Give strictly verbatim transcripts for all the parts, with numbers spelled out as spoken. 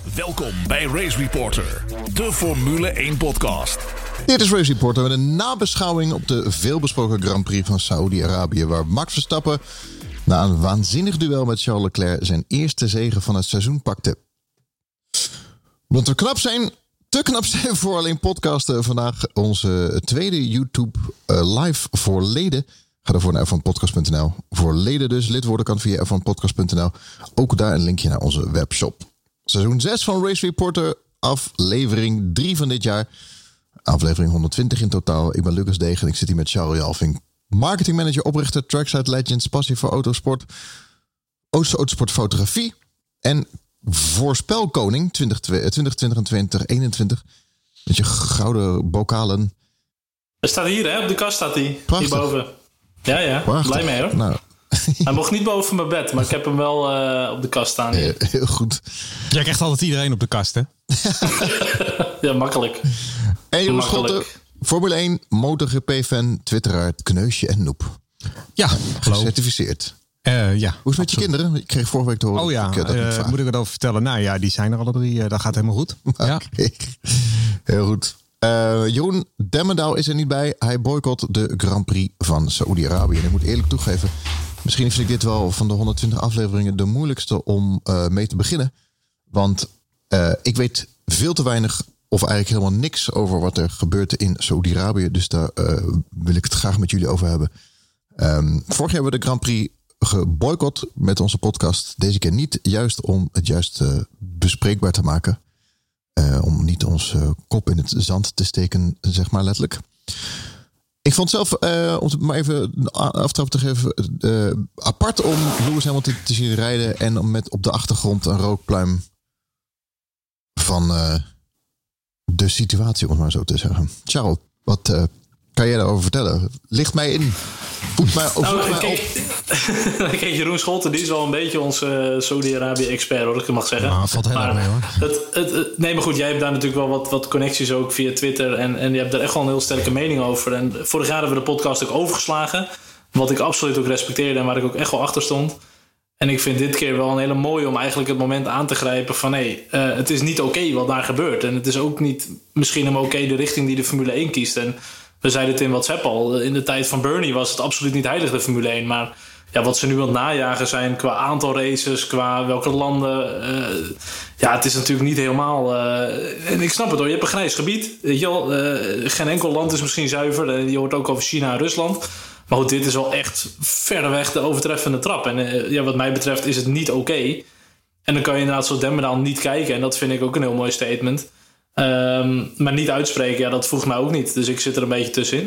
Welkom bij Race Reporter, de Formule één podcast. Dit is Race Reporter met een nabeschouwing op de veelbesproken Grand Prix van Saoedi-Arabië, waar Max Verstappen na een waanzinnig duel met Charles Leclerc zijn eerste zege van het seizoen pakte. Omdat we knap zijn, te knap zijn voor alleen podcasten, vandaag onze tweede YouTube uh, live voor leden. Ga daarvoor naar f one podcast punt n l. Voor leden dus, lid worden kan via f one podcast punt n l. Ook daar een linkje naar onze webshop. Seizoen zes van Race Reporter, aflevering drie van dit jaar. Aflevering honderdtwintig in totaal. Ik ben Lucas Degen en ik zit hier met Charles Jalving. Marketingmanager, oprichter, Trackside Legends, passie voor autosport, autosport fotografie en voorspelkoning twintig twintig en twintig eenentwintig. Met je gouden bokalen. Hij staat hier, hè? Op de kast staat hij. Prachtig. Hierboven. Ja, ja. Prachtig. Blij mee, hoor. Nou. Hij mocht niet boven mijn bed, maar ik heb hem wel uh, op de kast staan hier. Heel, heel goed. Jij krijgt altijd iedereen op de kast, hè? Ja, makkelijk. En Jeroen Schotten, Formule één, MotoGP-fan, twitteraar, kneusje en noep. Ja, hallo. Gecertificeerd. Uh, ja, Hoe is het met je kinderen? Ik kreeg vorige week te horen. Oh ja, ik, uh, dat uh, ik moet ik het over vertellen? Nou ja, die zijn er alle drie. Uh, dat gaat helemaal goed. Okay. Ja. Heel goed. Uh, Jeroen Demmendaal is er niet bij. Hij boycott de Grand Prix van Saoedi-Arabië. En ik moet eerlijk toegeven, misschien vind ik dit wel van de honderdtwintig afleveringen de moeilijkste om uh, mee te beginnen. Want uh, ik weet veel te weinig of eigenlijk helemaal niks over wat er gebeurt in Saoedi-Arabië. Dus daar uh, wil ik het graag met jullie over hebben. Um, vorig jaar hebben we de Grand Prix geboycott met onze podcast. Deze keer niet, juist om het juist uh, bespreekbaar te maken. Uh, om niet ons uh, kop in het zand te steken, zeg maar letterlijk. Ik vond zelf, uh, om het maar even een aftrap te geven, uh, apart om Lewis Hamilton te zien rijden en om met op de achtergrond een rookpluim van uh, de situatie, om het maar zo te zeggen. Charles, wat uh, kan jij daarover vertellen? Licht mij in. Voed mij, voed nou, mij kijk, op. Kijk, Jeroen Scholten, die is wel een beetje onze uh, Saudi-Arabië-expert, hoor, ik mag zeggen. Nou, valt heel erg mee, hoor. Het, het, het, nee, maar goed, jij hebt daar natuurlijk wel wat, wat connecties ook via Twitter. En, en je hebt daar echt wel een heel sterke mening over. En vorig jaar hebben we de podcast ook overgeslagen. Wat ik absoluut ook respecteerde en waar ik ook echt wel achter stond. En ik vind dit keer wel een hele mooie om eigenlijk het moment aan te grijpen van hé, hey, uh, het is niet oké okay wat daar gebeurt. En het is ook niet misschien een oké okay de richting die de Formule één kiest. En we zeiden het in WhatsApp al. In de tijd van Bernie was het absoluut niet heilig, de Formule één. Maar ja, wat ze nu aan het najagen zijn qua aantal races, qua welke landen. Uh, ja, het is natuurlijk niet helemaal. Uh, en ik snap het hoor, je hebt een grijs gebied. Weet je wel, uh, geen enkel land is misschien zuiver. Uh, je hoort ook over China en Rusland. Maar goed, dit is wel echt verreweg de overtreffende trap. En uh, ja, wat mij betreft is het niet oké. Okay. En dan kan je inderdaad zoals Demmendaal niet kijken. En dat vind ik ook een heel mooi statement. Um, maar niet uitspreken, ja, dat vroeg mij ook niet. Dus ik zit er een beetje tussenin.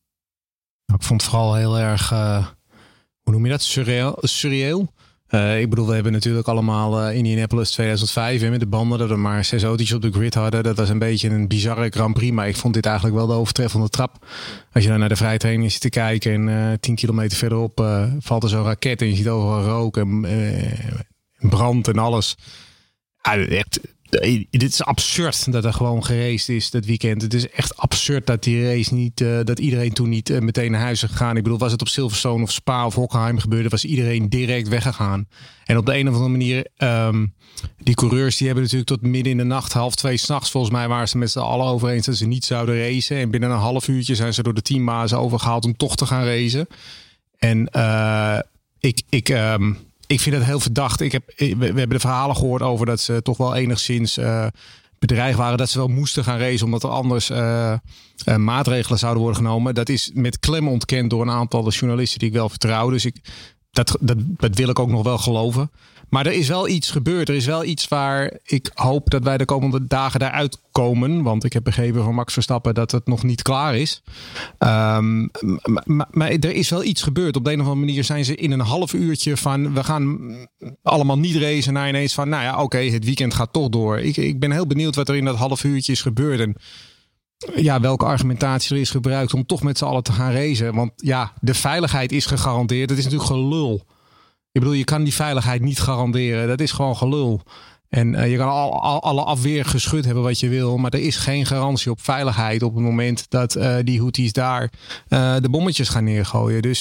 Ik vond het vooral heel erg, uh, hoe noem je dat? Surreal. surreal. Uh, ik bedoel, we hebben natuurlijk allemaal uh, Indianapolis tweeduizend vijf hè, met de banden dat er maar zes autootjes op de grid hadden. Dat was een beetje een bizarre Grand Prix. Maar ik vond dit eigenlijk wel de overtreffende trap. Als je dan naar de vrije training zit te kijken en uh, tien kilometer verderop uh, valt er zo'n raket en je ziet overal rook en uh, brand en alles. Uh, echt... Dit is absurd dat er gewoon geraced is dat weekend. Het is echt absurd dat die race niet, uh, dat iedereen toen niet uh, meteen naar huis is gegaan. Ik bedoel, was het op Silverstone of Spa of Hockenheim gebeurde, was iedereen direct weggegaan. En op de een of andere manier, um, die coureurs die hebben natuurlijk tot midden in de nacht, half twee 's nachts, volgens mij waren ze met z'n allen over eens dat ze niet zouden racen. En binnen een half uurtje zijn ze door de teambaas overgehaald om toch te gaan racen. En uh, ik, ik, um, Ik vind het heel verdacht. Ik heb, we, we hebben de verhalen gehoord over dat ze toch wel enigszins uh, bedreigd waren. Dat ze wel moesten gaan racen omdat er anders uh, uh, maatregelen zouden worden genomen. Dat is met klem ontkend door een aantal journalisten die ik wel vertrouw. Dus ik, dat, dat, dat wil ik ook nog wel geloven. Maar er is wel iets gebeurd. Er is wel iets waar ik hoop dat wij de komende dagen daaruit komen. Want ik heb begrepen van Max Verstappen dat het nog niet klaar is. Um, maar, maar, maar er is wel iets gebeurd. Op de een of andere manier zijn ze in een half uurtje van we gaan allemaal niet racen naar ineens van nou ja oké, okay, het weekend gaat toch door. Ik, ik ben heel benieuwd wat er in dat half uurtje is gebeurd. En ja, welke argumentatie er is gebruikt om toch met z'n allen te gaan racen. Want ja, de veiligheid is gegarandeerd. Het is natuurlijk gelul. Ik bedoel, je kan die veiligheid niet garanderen. Dat is gewoon gelul. En uh, je kan al, al, alle afweer geschud hebben wat je wil. Maar er is geen garantie op veiligheid op het moment dat uh, die Houthis daar uh, de bommetjes gaan neergooien. Dus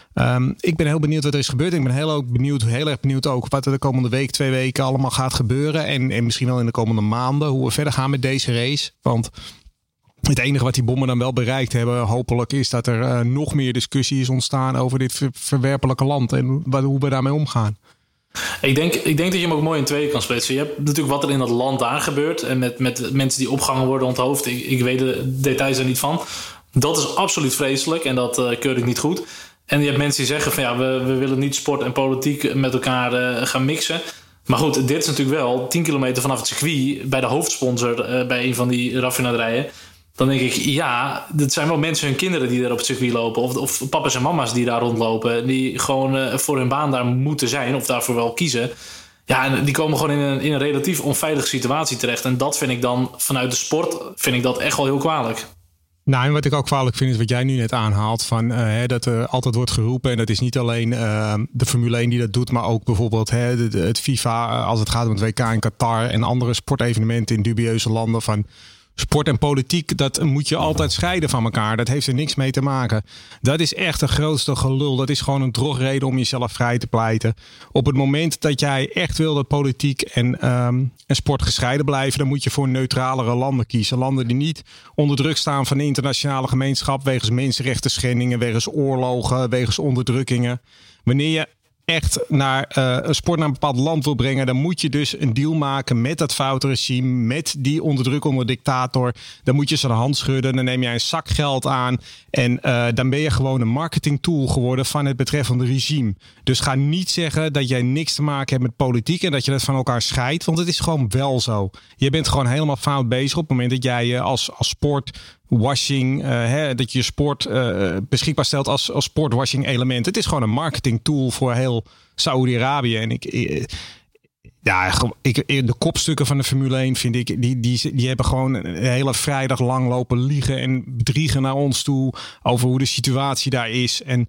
Um, ik ben heel benieuwd wat er is gebeurd. Ik ben heel, ook benieuwd, heel erg benieuwd ook wat er de komende week, twee weken allemaal gaat gebeuren. En, en misschien wel in de komende maanden hoe we verder gaan met deze race. Want het enige wat die bommen dan wel bereikt hebben, hopelijk, is dat er uh, nog meer discussie is ontstaan over dit ver- verwerpelijke land en wat, hoe we daarmee omgaan. Ik denk, ik denk dat je hem ook mooi in tweeën kan splitsen. Je hebt natuurlijk wat er in dat land daar gebeurt. En met, met mensen die opgehangen worden onthoofd. Ik, ik weet de details er niet van. Dat is absoluut vreselijk en dat uh, keur ik niet goed. En je hebt mensen die zeggen van ja, we, we willen niet sport en politiek met elkaar uh, gaan mixen. Maar goed, dit is natuurlijk wel tien kilometer vanaf het circuit bij de hoofdsponsor uh, bij een van die raffinaderijen. Dan denk ik, ja, dit zijn wel mensen, hun kinderen die daar op het circuit lopen. Of, of papa's en mama's die daar rondlopen. Die gewoon uh, voor hun baan daar moeten zijn of daarvoor wel kiezen. Ja, en die komen gewoon in een, in een relatief onveilige situatie terecht. En dat vind ik dan vanuit de sport, vind ik dat echt wel heel kwalijk. Nou, en wat ik ook kwalijk vind is wat jij nu net aanhaalt. Van, uh, hè, dat er altijd wordt geroepen. En dat is niet alleen uh, de Formule één die dat doet. Maar ook bijvoorbeeld hè, de, de, het FIFA als het gaat om het W K in Qatar. En andere sportevenementen in dubieuze landen. Van sport en politiek, dat moet je altijd scheiden van elkaar. Dat heeft er niks mee te maken. Dat is echt de grootste gelul. Dat is gewoon een drogreden om jezelf vrij te pleiten. Op het moment dat jij echt wil dat politiek en, um, en sport gescheiden blijven, dan moet je voor neutralere landen kiezen. Landen die niet onder druk staan van de internationale gemeenschap wegens mensenrechten schendingen, wegens oorlogen, wegens onderdrukkingen. Wanneer je echt naar uh, een sport naar een bepaald land wil brengen, dan moet je dus een deal maken met dat foute regime, met die onderdrukkende dictator. Dan moet je ze de hand schudden, dan neem jij een zak geld aan en uh, dan ben je gewoon een marketing tool geworden van het betreffende regime. Dus ga niet zeggen dat jij niks te maken hebt met politiek en dat je dat van elkaar scheidt, want het is gewoon wel zo. Je bent gewoon helemaal fout bezig op het moment dat jij je als, als sport washing, uh, hè, dat je je sport uh, beschikbaar stelt als, als sportwashing element. Het is gewoon een marketing tool voor heel Saoedi-Arabië. En ik, ik ja, ik, de kopstukken van de Formule één vind ik, die, die, die hebben gewoon een hele vrijdag lang lopen liegen en bedriegen naar ons toe over hoe de situatie daar is. En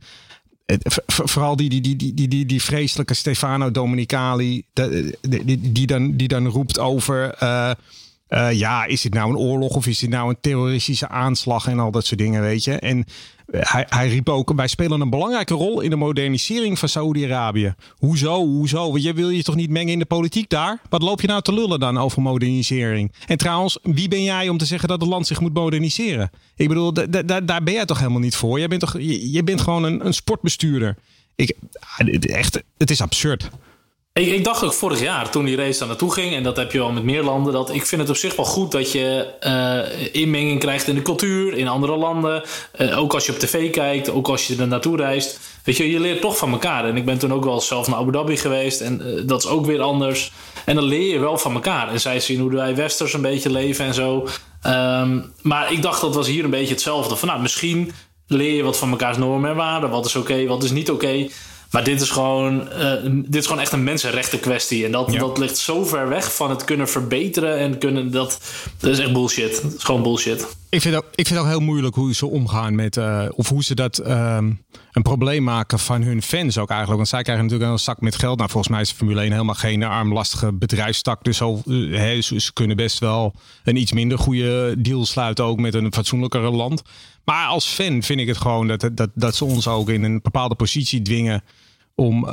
vooral die, die, die, die, die, die vreselijke Stefano Domenicali, die, die, die, dan, die dan roept over Uh, Uh, ja, is dit nou een oorlog of is dit nou een terroristische aanslag en al dat soort dingen, weet je. En hij, hij riep ook, wij spelen een belangrijke rol in de modernisering van Saoedi-Arabië. Hoezo, hoezo? Je wil je toch niet mengen in de politiek daar? Wat loop je nou te lullen dan over modernisering? En trouwens, wie ben jij om te zeggen dat het land zich moet moderniseren? Ik bedoel, d- d- daar ben jij toch helemaal niet voor? Jij bent, toch, je, je bent gewoon een, een sportbestuurder. Ik, echt, het is absurd. Ik, ik dacht ook vorig jaar, toen die race daar naartoe ging, en dat heb je wel met meer landen, dat ik vind het op zich wel goed dat je uh, inmenging krijgt in de cultuur, in andere landen. Uh, ook als je op tv kijkt, ook als je er naartoe reist. Weet je, je leert toch van elkaar. En ik ben toen ook wel zelf naar Abu Dhabi geweest en uh, dat is ook weer anders. En dan leer je wel van elkaar. En zij zien hoe wij Westers een beetje leven en zo. Um, maar ik dacht dat was hier een beetje hetzelfde. Van nou, misschien leer je wat van elkaars normen en waarden. Wat is oké, okay, wat is niet oké. Okay. Maar dit is gewoon, uh, dit is gewoon echt een mensenrechten kwestie. En dat, ja. dat ligt zo ver weg van het kunnen verbeteren. En kunnen dat, dat is echt bullshit. Dat is gewoon bullshit. Ik vind, ook, ik vind het ook heel moeilijk hoe ze omgaan met, uh, of hoe ze dat uh, een probleem maken van hun fans ook eigenlijk. Want zij krijgen natuurlijk een zak met geld. Nou, volgens mij is de Formule één helemaal geen armlastige bedrijfstak. Dus zo, uh, he, ze, ze kunnen best wel een iets minder goede deal sluiten ook met een fatsoenlijkere land. Maar als fan vind ik het gewoon dat, dat, dat ze ons ook in een bepaalde positie dwingen om uh,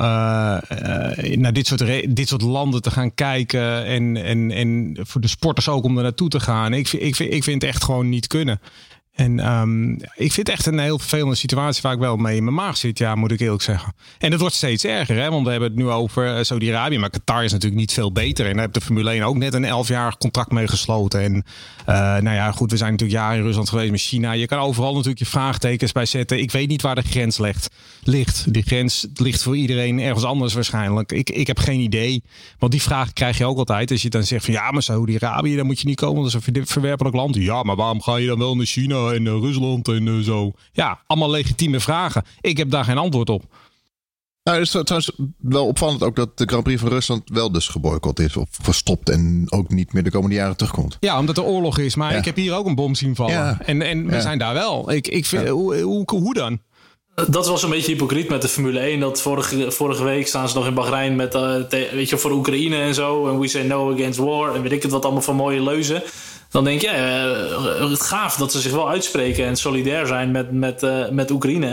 uh, naar dit soort, re- dit soort landen te gaan kijken. En, en, en voor de sporters ook om er naartoe te gaan. Ik, ik, ik vind het echt gewoon niet kunnen. En um, ik vind het echt een heel vervelende situatie waar ik wel mee in mijn maag zit. Ja, moet ik eerlijk zeggen. En het wordt steeds erger, hè? Want we hebben het nu over Saudi-Arabië. Maar Qatar is natuurlijk niet veel beter. En daar heeft de Formule één ook net een elfjarig contract mee gesloten. En uh, nou ja, goed, we zijn natuurlijk jaren in Rusland geweest met China. Je kan overal natuurlijk je vraagtekens bij zetten. Ik weet niet waar de grens ligt. ligt. Die grens ligt voor iedereen ergens anders waarschijnlijk. Ik, ik heb geen idee. Want die vraag krijg je ook altijd. Als je dan zegt van ja, maar Saudi-Arabië, daar moet je niet komen. Dat is een verwerpelijk land. Ja, maar waarom ga je dan wel naar China en uh, Rusland en uh, zo? Ja, allemaal legitieme vragen. Ik heb daar geen antwoord op. Nou, het is trouwens wel opvallend ook dat de Grand Prix van Rusland wel dus geboycott is of gestopt en ook niet meer de komende jaren terugkomt. Ja, omdat er oorlog is. Maar ja. Ik heb hier ook een bom zien vallen. Ja. En, en we ja. zijn daar wel. Ik, ik vind, ja. hoe, hoe, hoe dan? Dat was een beetje hypocriet met de Formule één. Dat vorige, vorige week staan ze nog in Bahrein met, uh, te, weet je, voor Oekraïne en zo. En we say no against war. En weet ik het wat allemaal van mooie leuzen. Dan denk je, ja, uh, het gaaf dat ze zich wel uitspreken en solidair zijn met, met, uh, met Oekraïne.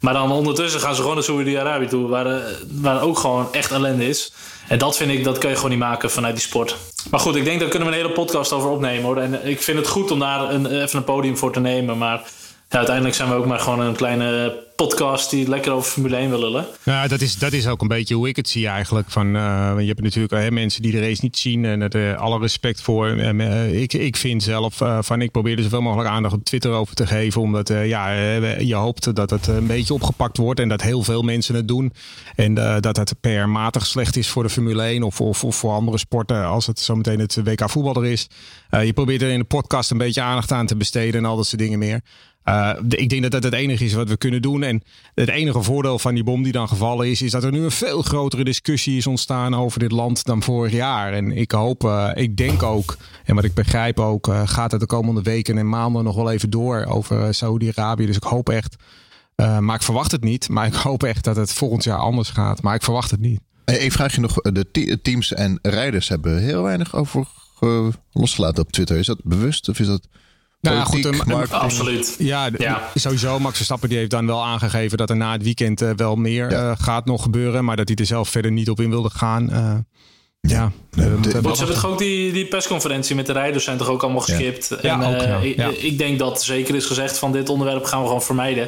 Maar dan ondertussen gaan ze gewoon naar Saoedi-Arabië toe, waar, waar ook gewoon echt ellende is. En dat vind ik, dat kun je gewoon niet maken vanuit die sport. Maar goed, ik denk daar kunnen we een hele podcast over opnemen, hoor. En ik vind het goed om daar een, even een podium voor te nemen. Maar ja, uiteindelijk zijn we ook maar gewoon een kleine podcast die lekker over Formule één wil lullen. Ja, dat is, dat is ook een beetje hoe ik het zie eigenlijk. Van, uh, je hebt natuurlijk uh, mensen die de race niet zien. En uh, alle respect voor. Uh, ik, ik vind zelf uh, van ik probeer er zoveel mogelijk aandacht op Twitter over te geven. Omdat uh, ja, uh, je hoopt dat het een beetje opgepakt wordt. En dat heel veel mensen het doen. En uh, dat het P R-matig slecht is voor de Formule één. Of, of, of voor andere sporten als het zometeen het W K voetbal er is. Uh, je probeert er in de podcast een beetje aandacht aan te besteden. En al dat soort dingen meer. Uh, de, ik denk dat dat het enige is wat we kunnen doen. En het enige voordeel van die bom die dan gevallen is, is dat er nu een veel grotere discussie is ontstaan over dit land dan vorig jaar. En ik hoop, uh, ik denk ook, en wat ik begrijp ook, uh, gaat het de komende weken en maanden nog wel even door over uh, Saoedi-Arabië. Dus ik hoop echt, uh, maar ik verwacht het niet. Maar ik hoop echt dat het volgend jaar anders gaat. Maar ik verwacht het niet. Ik vraag je nog, de te- teams en rijders hebben heel weinig over uh, losgelaten op Twitter. Is dat bewust of is dat... Nou goed, Politiek, um, marketing. Absoluut. Ja, d- Ja. sowieso. Max Verstappen die heeft dan wel aangegeven dat er na het weekend uh, wel meer Ja. uh, gaat nog gebeuren. Maar dat hij er zelf verder niet op in wilde gaan. Uh, ja. Ja, Uh, we de- moeten Ze hebben toch ook die, die persconferentie met de rijders zijn toch ook allemaal geskipt. Ja. En, Ja, ook, uh, ja. ik, Ja. ik denk dat zeker is gezegd van dit onderwerp gaan we gewoon vermijden.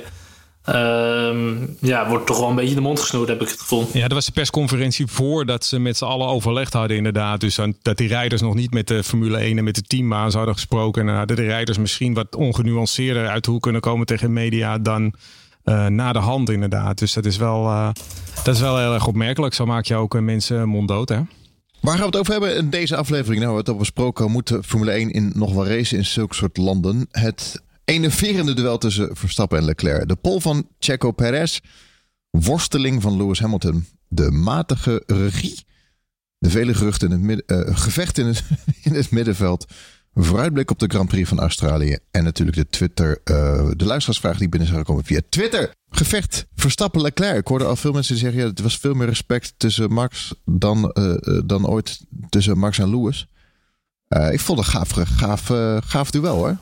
Um, ja, wordt toch wel een beetje de mond gesnoerd, heb ik het gevoel. Ja, dat was de persconferentie voordat ze met z'n allen overlegd hadden inderdaad. Dus dan, dat die rijders nog niet met de Formule één en met de teambaas hadden gesproken. En dan hadden de rijders misschien wat ongenuanceerder uit de hoek kunnen komen tegen media dan uh, na de hand inderdaad. Dus dat is wel, uh, dat is wel heel erg opmerkelijk. Zo maak je ook uh, mensen monddood, hè? Waar gaan we het over hebben in deze aflevering? Nou, we hebben het al besproken. Moet de Formule één in nog wel racen in zulke soort landen? Het enerverende duel tussen Verstappen en Leclerc. De pole van Checo Perez. Worsteling van Lewis Hamilton. De matige regie. De vele geruchten in het midden, uh, gevecht in het, in het middenveld. Vooruitblik op de Grand Prix van Australië. En natuurlijk de Twitter. Uh, de luisteraarsvraag die binnen is gekomen via Twitter. Gevecht Verstappen-Leclerc. Ik hoorde al veel mensen die zeggen, ja, het was veel meer respect tussen Max dan, uh, dan ooit tussen Max en Lewis. Uh, ik vond het een gaaf, gaaf, uh, gaaf duel, hoor.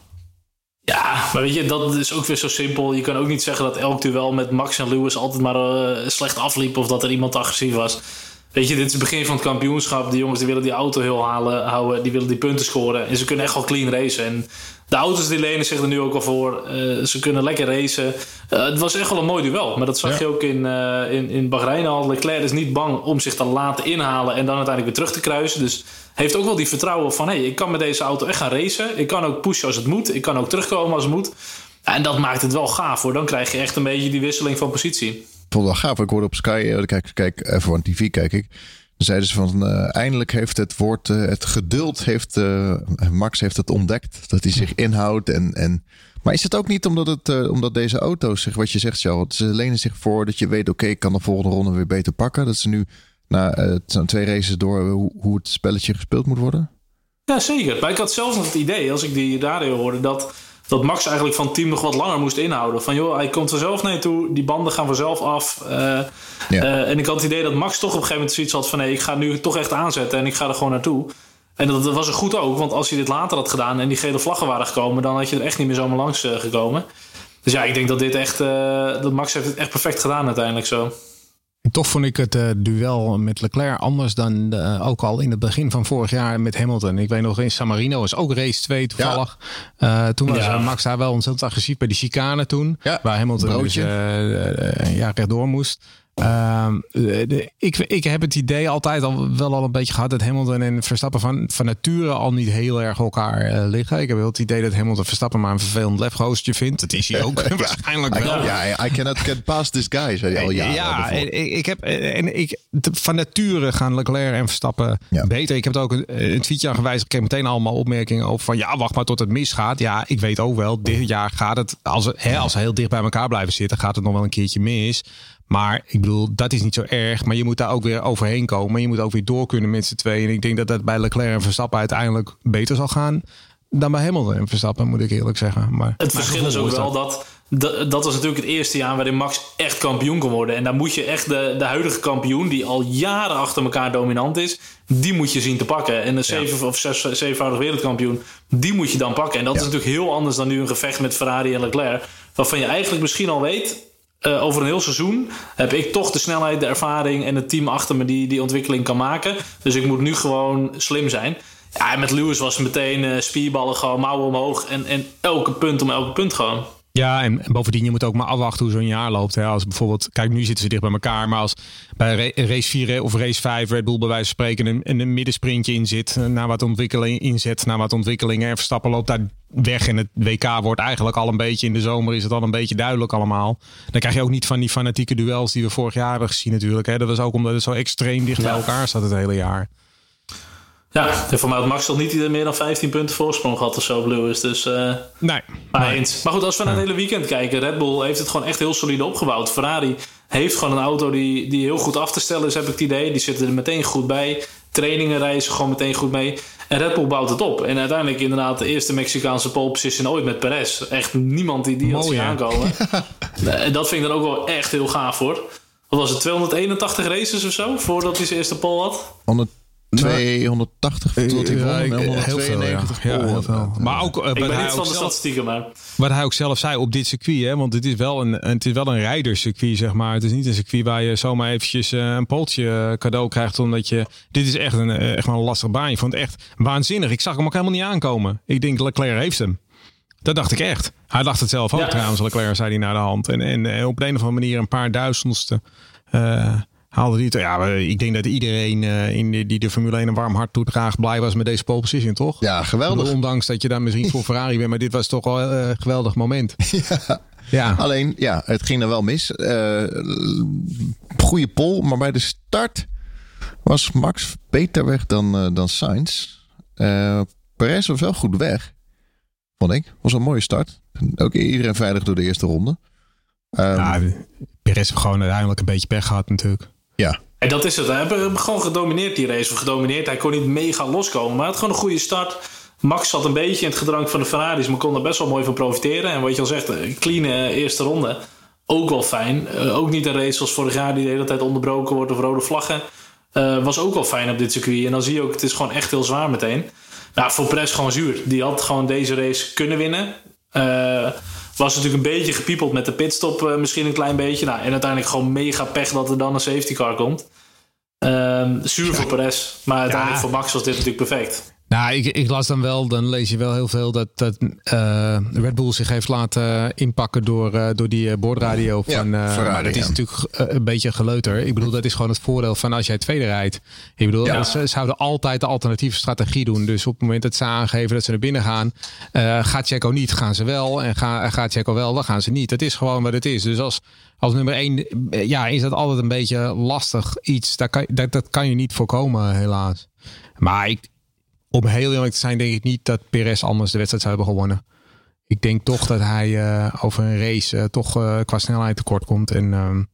Ja, maar weet je, dat is ook weer zo simpel. Je kan ook niet zeggen dat elk duel met Max en Lewis altijd maar uh, slecht afliep of dat er iemand agressief was. Weet je, dit is het begin van het kampioenschap. Die jongens die willen die auto heel halen, houden, die willen die punten scoren. En ze kunnen echt wel clean racen. En de auto's die lenen zich er nu ook al voor. Uh, ze kunnen lekker racen. Uh, het was echt wel een mooi duel. Maar dat zag ja. je ook in, uh, in, in Bahrein al. Leclerc is niet bang om zich te laten inhalen en dan uiteindelijk weer terug te kruisen. Dus heeft ook wel die vertrouwen van, hé, hey, ik kan met deze auto echt gaan racen. Ik kan ook pushen als het moet. Ik kan ook terugkomen als het moet. Ja, en dat maakt het wel gaaf, hoor. Dan krijg je echt een beetje die wisseling van positie. Ik vond het wel gaaf. Ik hoorde op Sky, kijk, kijk F één T V kijk ik. Dan zeiden ze van, uh, eindelijk heeft het woord, uh, het geduld, heeft uh, Max heeft het ontdekt. Dat hij zich inhoudt. En, en, maar is het ook niet omdat, het, uh, omdat deze auto's, zich, wat je zegt, Charles, ze lenen zich voor dat je weet, oké, okay, ik kan de volgende ronde weer beter pakken. Dat ze nu na uh, twee races door hoe, hoe het spelletje gespeeld moet worden? Ja, zeker. Maar ik had zelfs nog het idee, als ik die radio hoorde, dat, dat Max eigenlijk van het team nog wat langer moest inhouden. Van joh, hij komt vanzelf naar je toe, die banden gaan vanzelf af. Uh, ja. uh, en ik had het idee dat Max toch op een gegeven moment zoiets had van, nee, ik ga nu toch echt aanzetten en ik ga er gewoon naartoe. En dat, dat was er goed ook, want als hij dit later had gedaan en die gele vlaggen waren gekomen, dan had je er echt niet meer zomaar langs uh, gekomen. Dus ja, ik denk dat dit echt, uh, dat Max heeft het echt perfect gedaan uiteindelijk zo. En toch vond ik het uh, duel met Leclerc anders dan uh, ook al in het begin van vorig jaar met Hamilton. Ik weet nog, in San Marino was ook race twee toevallig. Ja. Uh, toen was ja. Max daar wel ontzettend agressief bij die chicane toen. Ja. Waar Hamilton dus, uh, uh, ja, rechtdoor moest. Uh, de, ik, ik heb het idee altijd al wel al een beetje gehad dat Hamilton en Verstappen van, van nature al niet heel erg elkaar uh, liggen. Ik heb wel het idee dat Hamilton Verstappen maar een vervelend lefgoostje vindt. Dat is hij ook ja, waarschijnlijk I, wel. Ja, I cannot get past this guy, zei hij al jaren. Ja, en, ik heb, en ik, van nature gaan Leclerc en Verstappen ja. beter. Ik heb het ook een, een tweetje aan gewijzigd. Ik kreeg meteen allemaal opmerkingen over van ja, wacht maar tot het misgaat. Ja, ik weet ook wel, dit jaar gaat het, als, hè, als ze heel dicht bij elkaar blijven zitten, gaat het nog wel een keertje mis. Maar ik bedoel, dat is niet zo erg. Maar je moet daar ook weer overheen komen. Je moet ook weer door kunnen met z'n tweeën. En ik denk dat dat bij Leclerc en Verstappen uiteindelijk beter zal gaan dan bij Hamilton en Verstappen, moet ik eerlijk zeggen. Maar het verschil is ook wel dat, dat... Dat was natuurlijk het eerste jaar waarin Max echt kampioen kon worden. En dan moet je echt de, de huidige kampioen, die al jaren achter elkaar dominant is, die moet je zien te pakken. En een zeven ja. of zes, zevenvoudig wereldkampioen, die moet je dan pakken. En dat ja. is natuurlijk heel anders dan nu een gevecht met Ferrari en Leclerc. Waarvan je eigenlijk misschien al weet, uh, over een heel seizoen heb ik toch de snelheid, de ervaring en het team achter me die die ontwikkeling kan maken. Dus ik moet nu gewoon slim zijn. Ja, en met Lewis was het meteen uh, spierballen, gewoon mouwen omhoog en, en elke punt om elke punt gewoon. Ja, en, en bovendien, je moet ook maar afwachten hoe zo'n jaar loopt. Hè. Als bijvoorbeeld, kijk, nu zitten ze dicht bij elkaar. Maar als bij race vier of race vijf Red Bull bij wijze van spreken een, een middensprintje in zit, naar wat ontwikkeling inzet, naar wat ontwikkelingen. En Verstappen loopt daar weg. En het W K wordt eigenlijk al een beetje, in de zomer is het al een beetje duidelijk allemaal. Dan krijg je ook niet van die fanatieke duels die we vorig jaar hebben gezien natuurlijk. Hè. Dat was ook omdat het zo extreem dicht bij elkaar staat het hele jaar. Ja, en voor mij had Max toch niet meer dan vijftien punten voorsprong gehad of zo op Lewis. Dus, uh, nee. Maar, nee. eens. maar goed, als we naar het hele weekend kijken. Red Bull heeft het gewoon echt heel solide opgebouwd. Ferrari heeft gewoon een auto die, die heel goed af te stellen is, heb ik het idee. Die zitten er meteen goed bij. Trainingen reizen gewoon meteen goed mee. En Red Bull bouwt het op. En uiteindelijk inderdaad de eerste Mexicaanse pole position ooit met Perez. Echt niemand die die had zien aankomen. En dat vind ik dan ook wel echt heel gaaf hoor. Wat was het, tweehonderdeenentachtig races of zo? Voordat hij zijn eerste pole had? tweehonderdtachtig tot hij won. Heel veel, ja. Ja, heel veel. Maar ook, uh, ik ben hij niet ook van de zelf, statistieken, maar... Wat hij ook zelf zei op dit circuit, hè, want het is wel een, het is wel een rijderscircuit, zeg maar. Het is niet een circuit waar je zomaar eventjes uh, een pooltje cadeau krijgt, omdat je... Dit is echt een, echt wel een lastig baan. Ik vond het echt waanzinnig. Ik zag hem ook helemaal niet aankomen. Ik denk, Leclerc heeft hem. Dat dacht ik echt. Hij dacht het zelf ook ja. trouwens, Leclerc, zei hij naar de hand. En, en op de een of andere manier een paar duizendste... Uh, haalde die het. Ja, ik denk dat iedereen uh, in die, die de Formule één een warm hart toedraagt blij was met deze pole position, toch? Ja, geweldig. Bedoel, ondanks dat je dan misschien voor Ferrari bent, maar dit was toch wel een uh, geweldig moment. Ja. Ja. Alleen, ja, het ging er wel mis. Uh, goede pole, maar bij de start was Max beter weg dan, uh, dan Sainz. Uh, Perez was wel goed weg, vond ik. Was een mooie start. Ook iedereen veilig door de eerste ronde. Um, ja, Perez heeft gewoon uiteindelijk een beetje pech gehad natuurlijk. Ja. En dat is het. Hij heeft gewoon gedomineerd die race. Of gedomineerd. Hij kon niet mega loskomen. Maar hij had gewoon een goede start. Max zat een beetje in het gedrang van de Ferraris. Maar kon er best wel mooi van profiteren. En wat je al zegt, een clean eerste ronde. Ook wel fijn. Uh, ook niet een race zoals vorig jaar die de hele tijd onderbroken wordt. Of rode vlaggen. Uh, was ook wel fijn op dit circuit. En dan zie je ook, het is gewoon echt heel zwaar meteen. Nou, voor Perez gewoon zuur. Die had gewoon deze race kunnen winnen. Uh, was natuurlijk een beetje gepiepeld met de pitstop. Uh, misschien een klein beetje. Nou, en uiteindelijk gewoon mega pech dat er dan een safety car komt. Uh, zuur ja. voor Perez. Maar uiteindelijk ja. voor Max was dit natuurlijk perfect. Nou, ik, ik las dan wel, dan lees je wel heel veel dat, dat uh, Red Bull zich heeft laten inpakken door, uh, door die boordradio van ja, uh, maar dat is ja. natuurlijk uh, een beetje geleuter. Ik bedoel, dat is gewoon het voordeel van als jij tweede rijdt. Ik bedoel, ja. ze zouden altijd de alternatieve strategie doen. Dus op het moment dat ze aangeven dat ze naar binnen gaan, uh, gaat Checo niet, gaan ze wel. En ga, gaat Checo wel, dan gaan ze niet. Het is gewoon wat het is. Dus als, als nummer één, ja, is dat altijd een beetje lastig iets. Dat kan, dat, dat kan je niet voorkomen, helaas. Maar ik Om heel eerlijk te zijn, denk ik niet dat Perez anders de wedstrijd zou hebben gewonnen. Ik denk toch dat hij uh, over een race uh, toch uh, qua snelheid tekort komt. En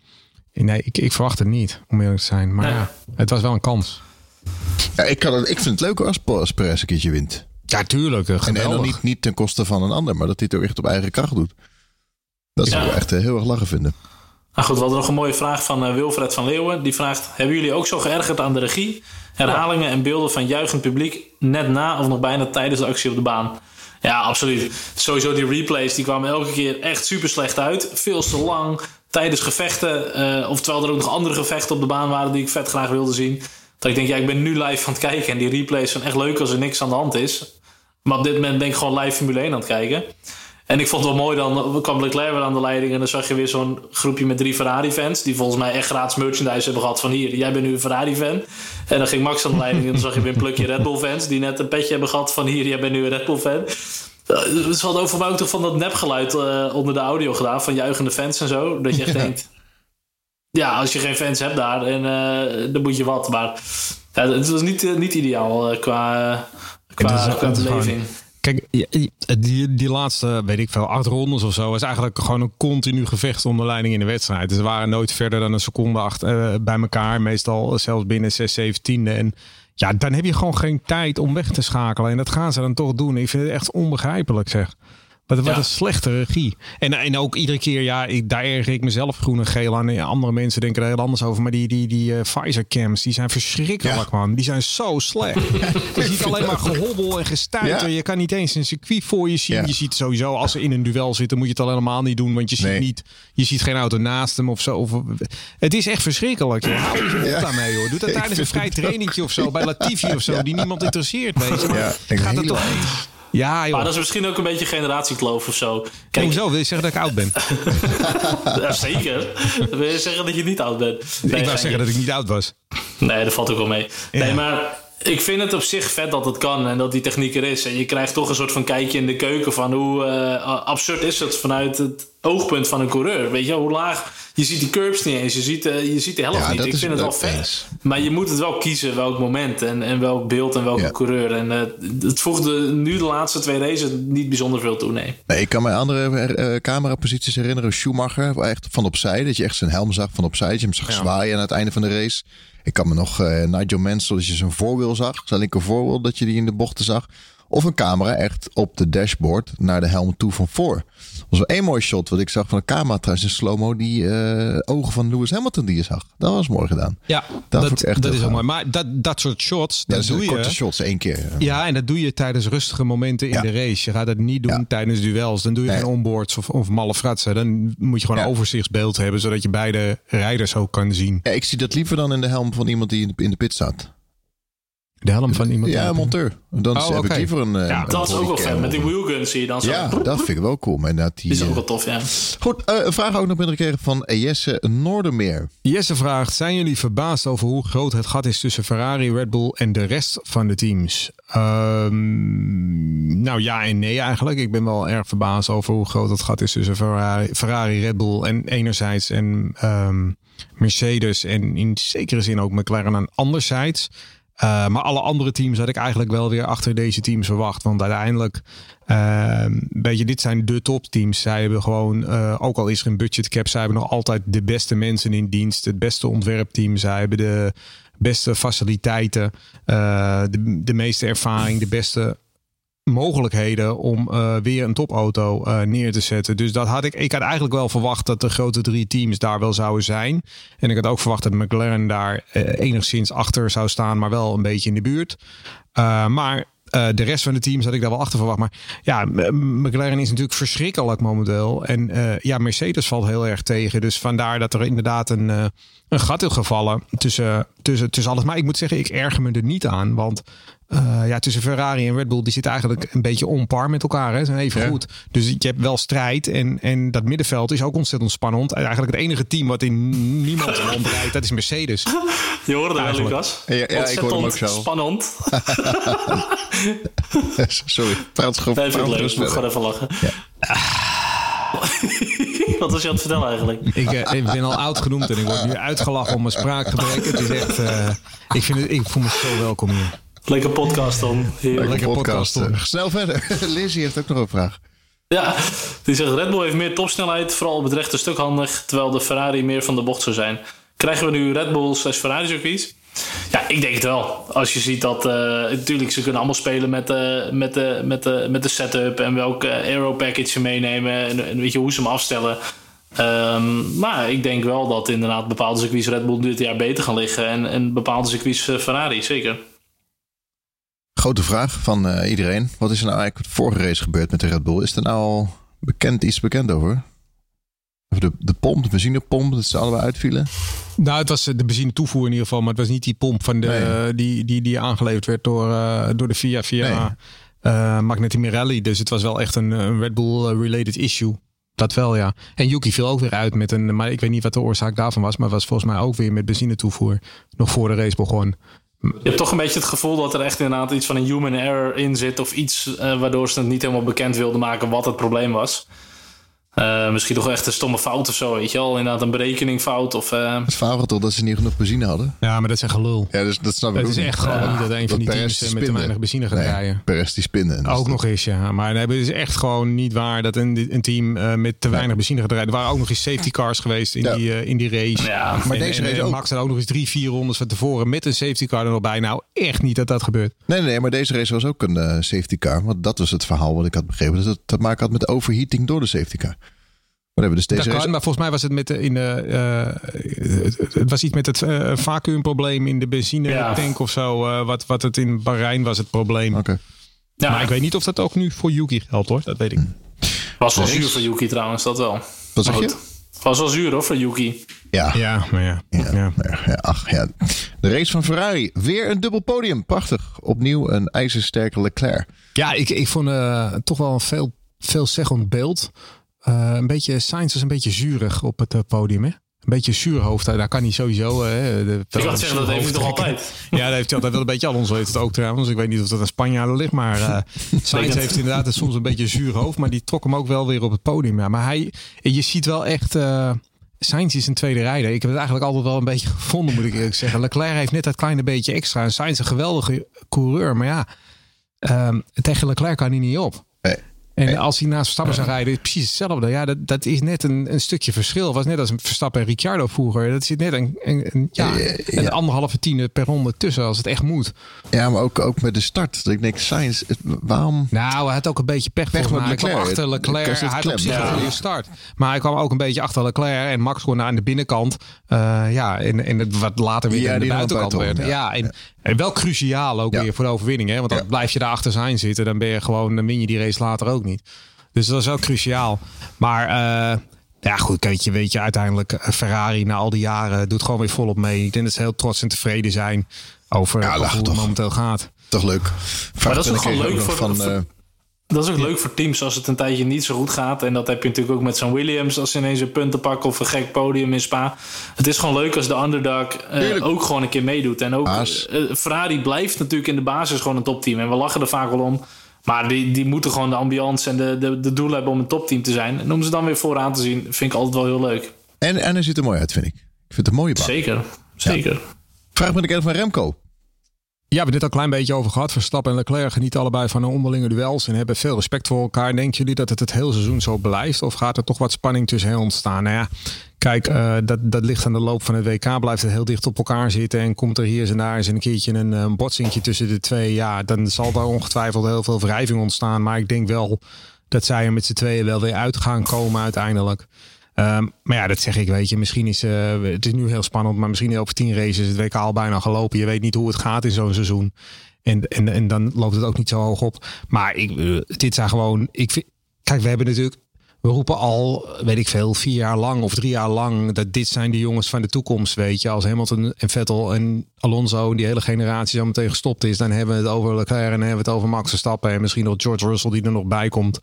uh, nee, ik, ik verwacht het niet, om eerlijk te zijn. Maar ja, ja het was wel een kans. Ja, ik, kan het, ik vind het leuker als, als Perez een keertje wint. Ja, tuurlijk. Uh, en en dan niet, niet ten koste van een ander, maar dat hij het ook echt op eigen kracht doet. Dat zou ik ja. echt uh, heel erg lachen vinden. Nou goed, we hadden nog een mooie vraag van uh, Wilfred van Leeuwen. Die vraagt, hebben jullie ook zo geërgerd aan de regie? Herhalingen en beelden van juichend publiek net na of nog bijna tijdens de actie op de baan. Ja, absoluut. Sowieso die replays, die kwamen elke keer echt super slecht uit. Veel te lang, tijdens gevechten. Uh, of terwijl er ook nog andere gevechten op de baan waren die ik vet graag wilde zien. Dat ik denk, ja, ik ben nu live aan het kijken. En die replays zijn echt leuk als er niks aan de hand is. Maar op dit moment ben ik gewoon live Formule één aan het kijken. En ik vond het wel mooi, dan kwam Leclerc weer aan de leiding. En dan zag je weer zo'n groepje met drie Ferrari-fans. Die volgens mij echt gratis merchandise hebben gehad van hier, jij bent nu een Ferrari-fan. En dan ging Max aan de leiding en dan zag je weer een plukje Red Bull-fans. Die net een petje hebben gehad van hier, jij bent nu een Red Bull-fan. Ze hadden over mij ook toch van dat nepgeluid uh, onder de audio gedaan. Van juichende fans en zo. Dat je echt ja. denkt, ja, als je geen fans hebt daar, en, uh, dan moet je wat. Maar ja, het was niet, uh, niet ideaal uh, qua, uh, qua, is, qua beleving. Kijk, die, die laatste, weet ik veel, acht rondes of zo, is eigenlijk gewoon een continu gevecht onder leiding in de wedstrijd. Ze waren nooit verder dan een seconde achter, uh, bij elkaar. Meestal zelfs binnen zes, zeventiende. En ja, dan heb je gewoon geen tijd om weg te schakelen. En dat gaan ze dan toch doen. Ik vind het echt onbegrijpelijk, zeg. Wat, wat Ja. een slechte regie. En, en ook iedere keer, ja, ik, daar erger ik mezelf groen en geel aan. En andere mensen denken er heel anders over. Maar die, die, die uh, Pfizer-cams, die zijn verschrikkelijk, ja. man. Die zijn zo slecht. Je ziet alleen maar gehobbel en gestuiter. Ja. Je kan niet eens een circuit voor je zien. Ja. Je ziet sowieso, als ze in een duel zitten, moet je het al helemaal niet doen. Want je ziet, nee. niet, je ziet geen auto naast hem of zo. Of, het is echt verschrikkelijk. Joh. Hou je ja. op daarmee, hoor. Doe dat tijdens een vrij trainingje of zo. Bij Latifi of zo. Ja. Die niemand interesseert, weet je. Maar ja, gaat het toch niet? Ja, joh. Maar dat is misschien ook een beetje generatiekloof of zo. Kijk, hoezo? Wil je zeggen dat ik oud ben? Ja, zeker. Wil je zeggen dat je niet oud bent? Nee, ik wou zeggen dat ik niet oud was. Nee, dat valt ook wel mee. Ja. Nee, maar ik vind het op zich vet dat het kan en dat die techniek er is. En je krijgt toch een soort van kijkje in de keuken van hoe uh, absurd is het vanuit het oogpunt van een coureur. Weet je, hoe laag... Je ziet die curbs niet eens, je ziet, uh, je ziet de helft ja, niet. Ik vind het wel vet. Eens. Maar je moet het wel kiezen welk moment en, en welk beeld en welke ja. coureur. En uh, het voegde nu de laatste twee races niet bijzonder veel toe, nee. nee ik kan me andere uh, cameraposities herinneren. Schumacher, echt van opzij. Dat je echt zijn helm zag van opzij. Dat je hem zag ja. zwaaien aan het einde van de race. Ik kan me nog uh, Nigel Mansell, dat je zijn voorwiel zag. Zijn linker voorwiel, dat je die in de bochten zag. Of een camera echt op de dashboard naar de helm toe van voor. Dat was wel één mooi shot wat ik zag van een camera trouwens in slow-mo. Die uh, ogen van Lewis Hamilton die je zag. Dat was mooi gedaan. Ja, dat, dat, echt dat is ook mooi. Maar dat, dat soort shots, ja, dat, dat doe je. Korte shots, één keer. Ja. ja, en dat doe je tijdens rustige momenten in ja. de race. Je gaat dat niet doen ja. tijdens duels. Dan doe je nee. geen onboards of, of malle fratsen. Dan moet je gewoon ja. een overzichtsbeeld hebben, zodat je beide rijders ook kan zien. Ja, ik zie dat liever dan in de helm van iemand die in de pit staat. De helm van iemand? Ja, monteur. Dan oh, heb okay. ik liever een... Ja, een dat is ook wel vet. Met die wheelguns zie je dan zo. Ja, dat vind ik wel cool. Maar dat die, die is ook wel tof, ja. Goed, uh, een vraag ook nog binnengekregen van Jesse Noordermeer. Jesse vraagt, zijn jullie verbaasd over hoe groot het gat is tussen Ferrari, Red Bull en de rest van de teams? Um, nou ja en nee eigenlijk. Ik ben wel erg verbaasd over hoe groot het gat is tussen Ferrari, Ferrari Red Bull en enerzijds en um, Mercedes en in zekere zin ook McLaren aan anderzijds. Uh, maar alle andere teams had ik eigenlijk wel weer achter deze teams verwacht. Want uiteindelijk, uh, weet je, dit zijn de topteams. Zij hebben gewoon, uh, ook al is er een budgetcap, zij hebben nog altijd de beste mensen in dienst. Het beste ontwerpteam. Zij hebben de beste faciliteiten, uh, de, de meeste ervaring, de beste mogelijkheden om uh, weer een topauto uh, neer te zetten. Dus dat had ik. Ik had eigenlijk wel verwacht dat de grote drie teams daar wel zouden zijn. En ik had ook verwacht dat McLaren daar uh, enigszins achter zou staan, maar wel een beetje in de buurt. Uh, maar Uh, de rest van de teams had ik daar wel achter verwacht. Maar ja, McLaren is natuurlijk verschrikkelijk momenteel. En uh, ja, Mercedes valt heel erg tegen. Dus vandaar dat er inderdaad een, uh, een gat is gevallen tussen, tussen, tussen alles. Maar ik moet zeggen, ik erger me er niet aan. Want uh, ja, tussen Ferrari en Red Bull, die zitten eigenlijk een beetje on par met elkaar. Hè? Zijn even ja. goed. Dus je hebt wel strijd. En, en dat middenveld is ook ontzettend spannend. Eigenlijk het enige team wat in niemand rondrijdt, dat is Mercedes. Je hoorde wel, Lucas. Ja, ja, ik hoorde hem ook zo. Spannend. Sorry, praat gewoon. Nee, vind ik leuk. Ik moet gewoon even lachen. Ja. Wat was je aan het vertellen eigenlijk? Ik, uh, ik ben al oud genoemd en ik word nu uitgelachen om mijn spraakgebrek. Het is echt, uh, ik, vind het, ik voel me zo welkom hier. Lekker podcast dan. Lekker, Lekker podcast. podcast. Snel verder. Lizzie heeft ook nog een vraag. Ja, die zegt Red Bull heeft meer topsnelheid, vooral op het rechte stuk handig, terwijl de Ferrari meer van de bocht zou zijn. Krijgen we nu Red Bull slash Ferrari circuits? Ja, ik denk het wel. Als je ziet dat... Uh, natuurlijk, ze kunnen allemaal spelen met, uh, met, uh, met, uh, met de setup en welke aero package ze meenemen en, en weet je hoe ze hem afstellen. Um, maar ik denk wel dat inderdaad bepaalde circuits Red Bull dit jaar beter gaan liggen en, en bepaalde circuits uh, Ferrari, zeker. Grote vraag van uh, iedereen. Wat is er nou eigenlijk de vorige race gebeurd met de Red Bull? Is er nou al bekend, iets bekend over? Of de, de pomp, de benzinepomp, dat ze allebei uitvielen? Nou, het was de benzine toevoer in ieder geval. Maar het was niet die pomp van de, nee. die, die, die aangeleverd werd door, uh, door de F I A via nee. uh, Magneti Marelli. Dus het was wel echt een, een Red Bull-related issue. Dat wel, ja. En Yuki viel ook weer uit met een... Maar ik weet niet wat de oorzaak daarvan was. Maar het was volgens mij ook weer met benzine toevoer. Nog voor de race begon. Je hebt toch een beetje het gevoel dat er echt inderdaad iets van een human error in zit. Of iets uh, waardoor ze het niet helemaal bekend wilden maken wat het probleem was. Uh, misschien toch echt een stomme fout of zo, weet je wel. Inderdaad een berekening fout. Of, uh... Het favor toch dat ze niet genoeg benzine hadden? Ja, maar dat is een gelul. Ja, dus dat snap ik. Het is echt gewoon ja. niet dat een van die teams met te weinig benzine gaat nee, rijden. Perez die spinnen. Ook nog eens, ja. Maar nee, het is echt gewoon niet waar dat een, een team uh, met te weinig nee. benzine gaat rijden. Er waren ook nog eens safety cars geweest in, ja. die, uh, in die race. Ja, maar en, deze en, race en, ook. Max had ook nog eens drie, vier rondes van tevoren met een safety car er nog bij. Nou, echt niet dat dat gebeurt. Nee, nee, maar deze race was ook een uh, safety car. Want dat was het verhaal wat ik had begrepen. Dat het te maken had met overheating door de safety car. Dus deze dat kan, race... maar volgens mij was het met de, in de, uh, het, het was iets met het uh, vacuümprobleem in de benzinetank ja. of zo. Uh, wat, wat het in Bahrein was het probleem. Okay. Ja. Maar ik weet niet of dat ook nu voor Yuki geldt hoor. Dat weet ik niet. Was wel zuur voor Yuki trouwens, dat wel. Wat zeg je? Was wel zuur hoor voor Yuki. Ja. Ja, maar ja. ja, ja. ja ach ja. De race van Ferrari. Weer een dubbel podium. Prachtig. Opnieuw een ijzersterke Leclerc. Ja, ik, ik vond uh, toch wel een veel, veelzeggend beeld. Uh, een beetje, Sainz was een beetje zuurig op het uh, podium, hè? Een beetje zuurhoofd, daar kan hij sowieso. Uh, de, ik had zeggen, dat heeft hij toch altijd? Ja, dat heeft hij altijd wel een beetje. Alonso heeft het ook trouwens. Ik weet niet of dat aan Spanjaarden ligt, maar uh, Sainz heeft inderdaad soms een beetje zuur hoofd, maar die trok hem ook wel weer op het podium. Ja. Maar hij, je ziet wel echt, uh, Sainz is een tweede rijder. Ik heb het eigenlijk altijd wel een beetje gevonden, moet ik eerlijk zeggen. Leclerc heeft net dat kleine beetje extra. En Sainz een geweldige coureur, maar ja, um, tegen Leclerc kan hij niet op. Nee. En als hij naast Verstappen zou rijden, is precies hetzelfde. Ja, dat, dat is net een, een stukje verschil. Het was net als Verstappen en Ricciardo vroeger. Dat zit net een, een, een, ja, ja, ja. een anderhalve tiende per ronde tussen als het echt moet. Ja, maar ook, ook met de start. Ik denk, Sainz, waarom? Nou, hij had ook een beetje pech. Pech met Leclerc. Hij kwam achter Leclerc. Hij had op zich een goede start. Maar hij kwam ook een beetje achter Leclerc. En Max gewoon aan de binnenkant. Uh, ja, en, en het wat later weer ja, aan de buitenkant werd. Ja, ja en, en wel cruciaal ook ja. weer voor de overwinning. Hè? Want dan ja. blijf je daar achter Sainz zitten. Dan ben je gewoon, dan win je die race later ook niet. Dus dat is wel cruciaal. Maar uh, ja, goed, weet je, weet je, uiteindelijk Ferrari na al die jaren doet gewoon weer volop mee. Ik denk dat ze heel trots en tevreden zijn over, ja, over hoe het toch, momenteel gaat. Toch leuk. Maar dat is ook gewoon leuk voor, van, voor, uh, dat is ook ja. leuk voor teams als het een tijdje niet zo goed gaat. En dat heb je natuurlijk ook met zo'n Williams als ze ineens een punten pakken of een gek podium in Spa. Het is gewoon leuk als de underdog uh, ook gewoon een keer meedoet. En ook uh, Ferrari blijft natuurlijk in de basis gewoon een topteam. En we lachen er vaak wel om. Maar die, die moeten gewoon de ambiance en de, de, de doel hebben om een topteam te zijn. En om ze dan weer vooraan te zien, vind ik altijd wel heel leuk. En, en hij ziet er mooi uit, vind ik. Ik vind het een mooie baan. Zeker, zeker. Ja. Vraag me even van Remco. Ja, we hebben dit al een klein beetje over gehad. Verstappen en Leclerc genieten allebei van een onderlinge duels en hebben veel respect voor elkaar. Denken jullie dat het het hele seizoen zo blijft? Of gaat er toch wat spanning tussen hen ontstaan? Nou ja, kijk, uh, dat, dat ligt aan de loop van het W K. Blijft het heel dicht op elkaar zitten. En komt er hier en daar eens een keertje een, een botsingje tussen de twee. Ja, dan zal daar ongetwijfeld heel veel wrijving ontstaan. Maar ik denk wel dat zij er met z'n tweeën wel weer uit gaan komen uiteindelijk. Um, maar ja, dat zeg ik, weet je. Misschien is uh, het is nu heel spannend, maar misschien over tien races is het W K al bijna gelopen. Je weet niet hoe het gaat in zo'n seizoen. En, en, en dan loopt het ook niet zo hoog op. Maar ik, uh, dit zijn gewoon... Ik vind, kijk, we hebben natuurlijk... We roepen al, weet ik veel, vier jaar lang of drie jaar lang... dat dit zijn de jongens van de toekomst, weet je. Als Hamilton en Vettel en Alonso, die hele generatie zo meteen gestopt is... dan hebben we het over Leclerc en dan hebben we het over Max Verstappen... en misschien nog George Russell die er nog bij komt.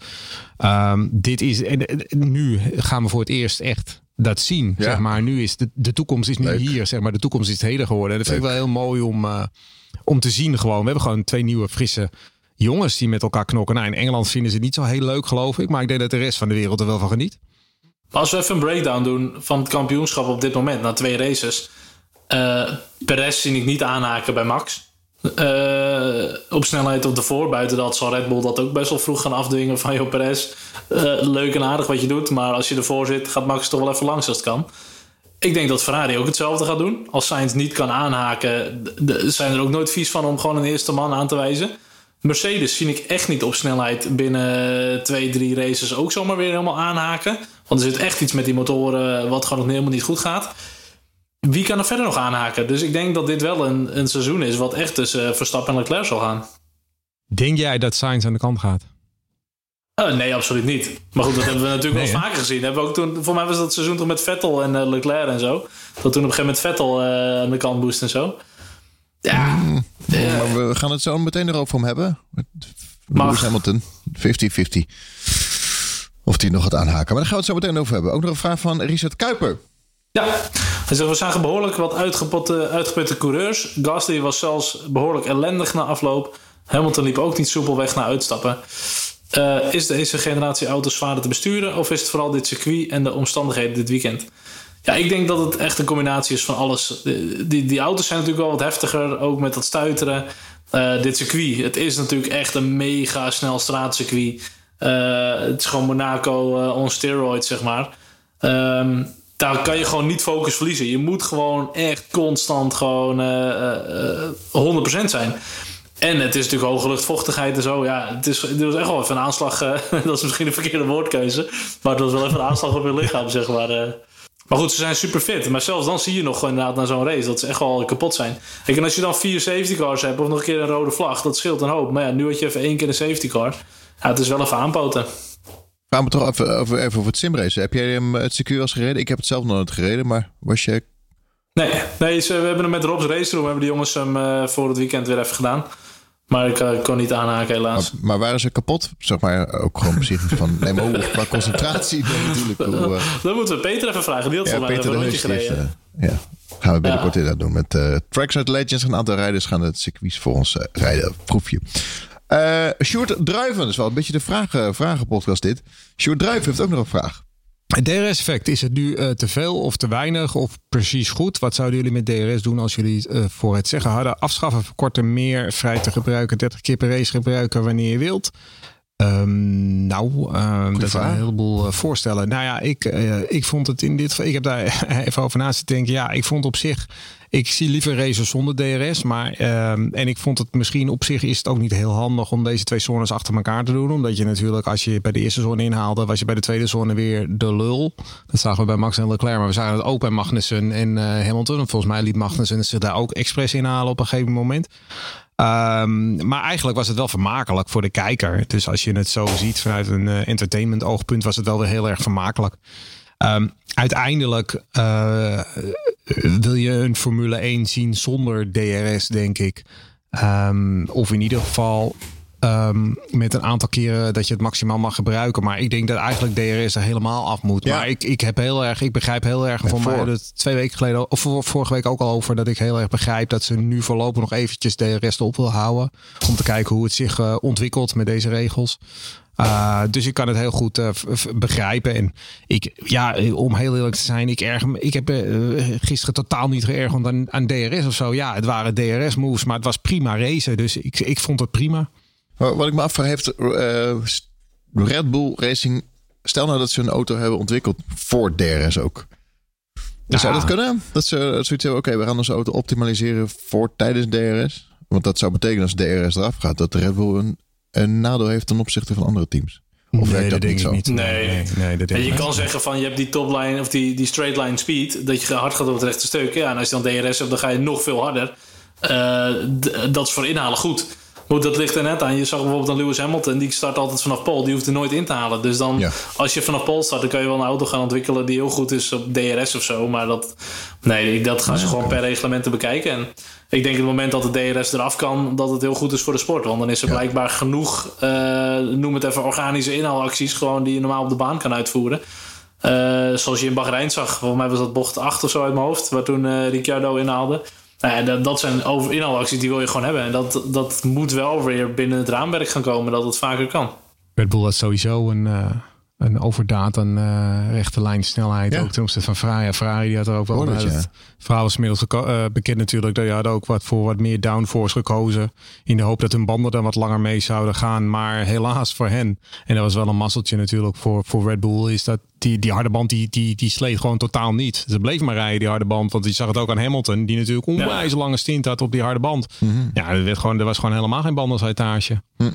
Um, dit is, en, en nu gaan we voor het eerst echt dat zien, ja. zeg maar. Nu is de, de toekomst is nu Leuk. hier, zeg maar. De toekomst is het heden geworden. En dat vind Leuk. ik wel heel mooi om, uh, om te zien gewoon. We hebben gewoon twee nieuwe, frisse... jongens die met elkaar knokken. Nou, in Engeland vinden ze het niet zo heel leuk, geloof ik. Maar ik denk dat de rest van de wereld er wel van geniet. Als we even een breakdown doen van het kampioenschap op dit moment, na twee races. Uh, Perez zie ik niet aanhaken bij Max. Uh, op snelheid op de voor. Buiten dat zal Red Bull dat ook best wel vroeg gaan afdwingen van joh Perez. Uh, leuk en aardig wat je doet. Maar als je ervoor zit, gaat Max toch wel even langs als het kan. Ik denk dat Ferrari ook hetzelfde gaat doen. Als Sainz niet kan aanhaken, de, zijn er ook nooit vies van om gewoon een eerste man aan te wijzen. Mercedes zie ik echt niet op snelheid binnen twee, drie races ook zomaar weer helemaal aanhaken. Want er zit echt iets met die motoren wat gewoon nog helemaal niet goed gaat. Wie kan er verder nog aanhaken? Dus ik denk dat dit wel een, een seizoen is wat echt tussen Verstappen en Leclerc zal gaan. Denk jij dat Sainz aan de kant gaat? Uh, nee, absoluut niet. Maar goed, dat hebben we natuurlijk nee, wel vaker gezien. Hebben we ook toen, voor mij was dat seizoen toch met Vettel en uh, Leclerc en zo. Dat toen op een gegeven moment Vettel uh, aan de kant moest en zo. Ja. Mm, ja. Maar we gaan het zo meteen erover om hebben. Lewis Hamilton, vijftig vijftig. Of die nog gaat aanhaken. Maar daar gaan we het zo meteen over hebben. Ook nog een vraag van Richard Kuiper. Ja, hij zegt, we zagen behoorlijk wat uitgeputte, uitgeputte coureurs. Gasly was zelfs behoorlijk ellendig na afloop. Hamilton liep ook niet soepel weg na uitstappen. Uh, is deze generatie auto's zwaarder te besturen? Of is het vooral dit circuit en de omstandigheden dit weekend? Ja, ik denk dat het echt een combinatie is van alles. Die, die auto's zijn natuurlijk wel wat heftiger, ook met dat stuiteren. Uh, dit circuit, het is natuurlijk echt een mega snel straatcircuit. Uh, het is gewoon Monaco uh, on steroids, zeg maar. Um, daar kan je gewoon niet focus verliezen. Je moet gewoon echt constant gewoon uh, uh, honderd procent zijn. En het is natuurlijk hoge luchtvochtigheid en zo. Ja, het, is, het was echt wel even een aanslag. Uh, dat is misschien een verkeerde woordkeuze. Maar het was wel even een aanslag op je lichaam, zeg maar. Uh. Maar goed, ze zijn super fit. Maar zelfs dan zie je nog inderdaad na zo'n race dat ze echt wel kapot zijn. Kijk, en als je dan vier safety cars hebt of nog een keer een rode vlag, dat scheelt een hoop. Maar ja, nu had je even één keer een safety car. Ja, het is wel even aanpoten. Gaan we toch even over, even over het simracen. Heb jij hem het circuit als gereden? Ik heb het zelf nog nooit gereden, maar was je... Nee, nee ze, we hebben hem met Rob's Race Room. Hebben de jongens hem uh, voor het weekend weer even gedaan. Maar ik uh, kon niet aanhaken helaas. Maar, maar waren ze kapot? Zeg maar ook gewoon psychisch van... Nee, maar hoe, qua concentratie dan natuurlijk. Hoe, uh... Dan moeten we Peter even vragen. Die had ja, volgens mij een rondje gereden. Uh, ja, gaan we binnenkort ja. inderdaad doen. Met uh, Trackside Legends. Een aantal rijders gaan het circuit voor ons uh, rijden. Proefje. Uh, Sjoerd Druiven, dat is wel een beetje de vragen, vragenpodcast dit. Sjoerd Druiven heeft ook nog een vraag. Het D R S-effect, is het nu uh, te veel of te weinig of precies goed? Wat zouden jullie met D R S doen als jullie uh, voor het zeggen hadden? Afschaffen, verkorten, meer, vrij te gebruiken, dertig keer per race gebruiken wanneer je wilt. Um, nou, uh, dat zijn een heleboel uh, voorstellen. Nou ja, ik, uh, ik vond het in dit... Ik heb daar even over naast te denken. Ja, ik vond op zich... Ik zie liever racers zonder D R S. Maar, uh, en ik vond het misschien op zich is het ook niet heel handig om deze twee zones achter elkaar te doen. Omdat je natuurlijk, als je bij de eerste zone inhaalde, was je bij de tweede zone weer de lul. Dat zagen we bij Max en Leclerc. Maar we zagen het ook bij Magnussen en uh, Hamilton. En volgens mij liet Magnussen zich daar ook expres inhalen op een gegeven moment. Um, maar eigenlijk was het wel vermakelijk voor de kijker. Dus als je het zo ziet vanuit een uh, entertainment oogpunt, was het wel weer heel erg vermakelijk. Um, uiteindelijk uh, wil je een Formule één zien zonder D R S, denk ik. Um, of in ieder geval um, met een aantal keren dat je het maximaal mag gebruiken. Maar ik denk dat eigenlijk D R S er helemaal af moet. Ja. Maar ik, ik, heb heel erg, ik begrijp heel erg van mij dat twee weken geleden, of vorige week ook al over, dat ik heel erg begrijp dat ze nu voorlopig nog eventjes D R S erop wil houden. Om te kijken hoe het zich uh, ontwikkelt met deze regels. Uh, dus ik kan het heel goed uh, f- begrijpen. En ik, ja, om heel eerlijk te zijn, ik, erger, ik heb uh, gisteren totaal niet geërgerd aan, aan D R S of zo. Ja, het waren D R S-moves, maar het was prima racen. Dus ik, ik vond het prima. Wat ik me afvraag, heeft uh, Red Bull Racing, stel nou dat ze een auto hebben ontwikkeld voor D R S ook. Ja. Zou dat kunnen? Dat ze zoiets hebben, oké, okay, we gaan onze auto optimaliseren voor tijdens D R S. Want dat zou betekenen als D R S eraf gaat, dat de Red Bull een een nadeel heeft ten opzichte van andere teams. Of nee, werkt dat, dat niet zo? Niet. Nee, nee, nee dat denk en je ik kan niet. zeggen van je hebt die topline of die, die straight line speed, dat je hard gaat op het rechte stuk. Ja, en als je dan D R S hebt, dan ga je nog veel harder. Uh, d- dat is voor inhalen goed. Maar dat ligt er net aan. Je zag bijvoorbeeld aan Lewis Hamilton, die start altijd vanaf pole. Die hoeft er nooit in te halen. Dus dan, ja. als je vanaf pole start, dan kan je wel een auto gaan ontwikkelen die heel goed is op D R S of zo. Maar dat, nee, dat gaan ze ja, gewoon per reglementen bekijken. En ik denk op het moment dat de D R S eraf kan, dat het heel goed is voor de sport. Want dan is er ja. blijkbaar genoeg, uh, noem het even organische inhaalacties, gewoon die je normaal op de baan kan uitvoeren. Uh, zoals je in Bahrein zag, volgens mij was dat bocht acht of zo uit mijn hoofd, waar toen uh, Ricciardo inhaalde. Nou ja, dat, dat zijn over inhaalacties die wil je gewoon hebben. En dat, dat moet wel weer binnen het raamwerk gaan komen, dat het vaker kan. Red Bull had sowieso een, uh, een overdaad aan uh, rechte lijn snelheid. Ja. Ook ten opzichte van Ferrari. Ferrari die had er ook wel... Dat, ja. Ferrari was inmiddels uh, bekend natuurlijk. Die hadden ook wat voor wat meer downforce gekozen. In de hoop dat hun banden dan wat langer mee zouden gaan. Maar helaas voor hen. En dat was wel een mazzeltje natuurlijk voor, voor Red Bull. Is dat die, die harde band die, die, die sleet gewoon totaal niet. Ze bleef maar rijden die harde band. Want je zag het ook aan Hamilton. Die natuurlijk onwijs ja. lange stint had op die harde band. Mm-hmm. Ja, er, werd gewoon, er was gewoon helemaal geen bandenslijtage. Mm.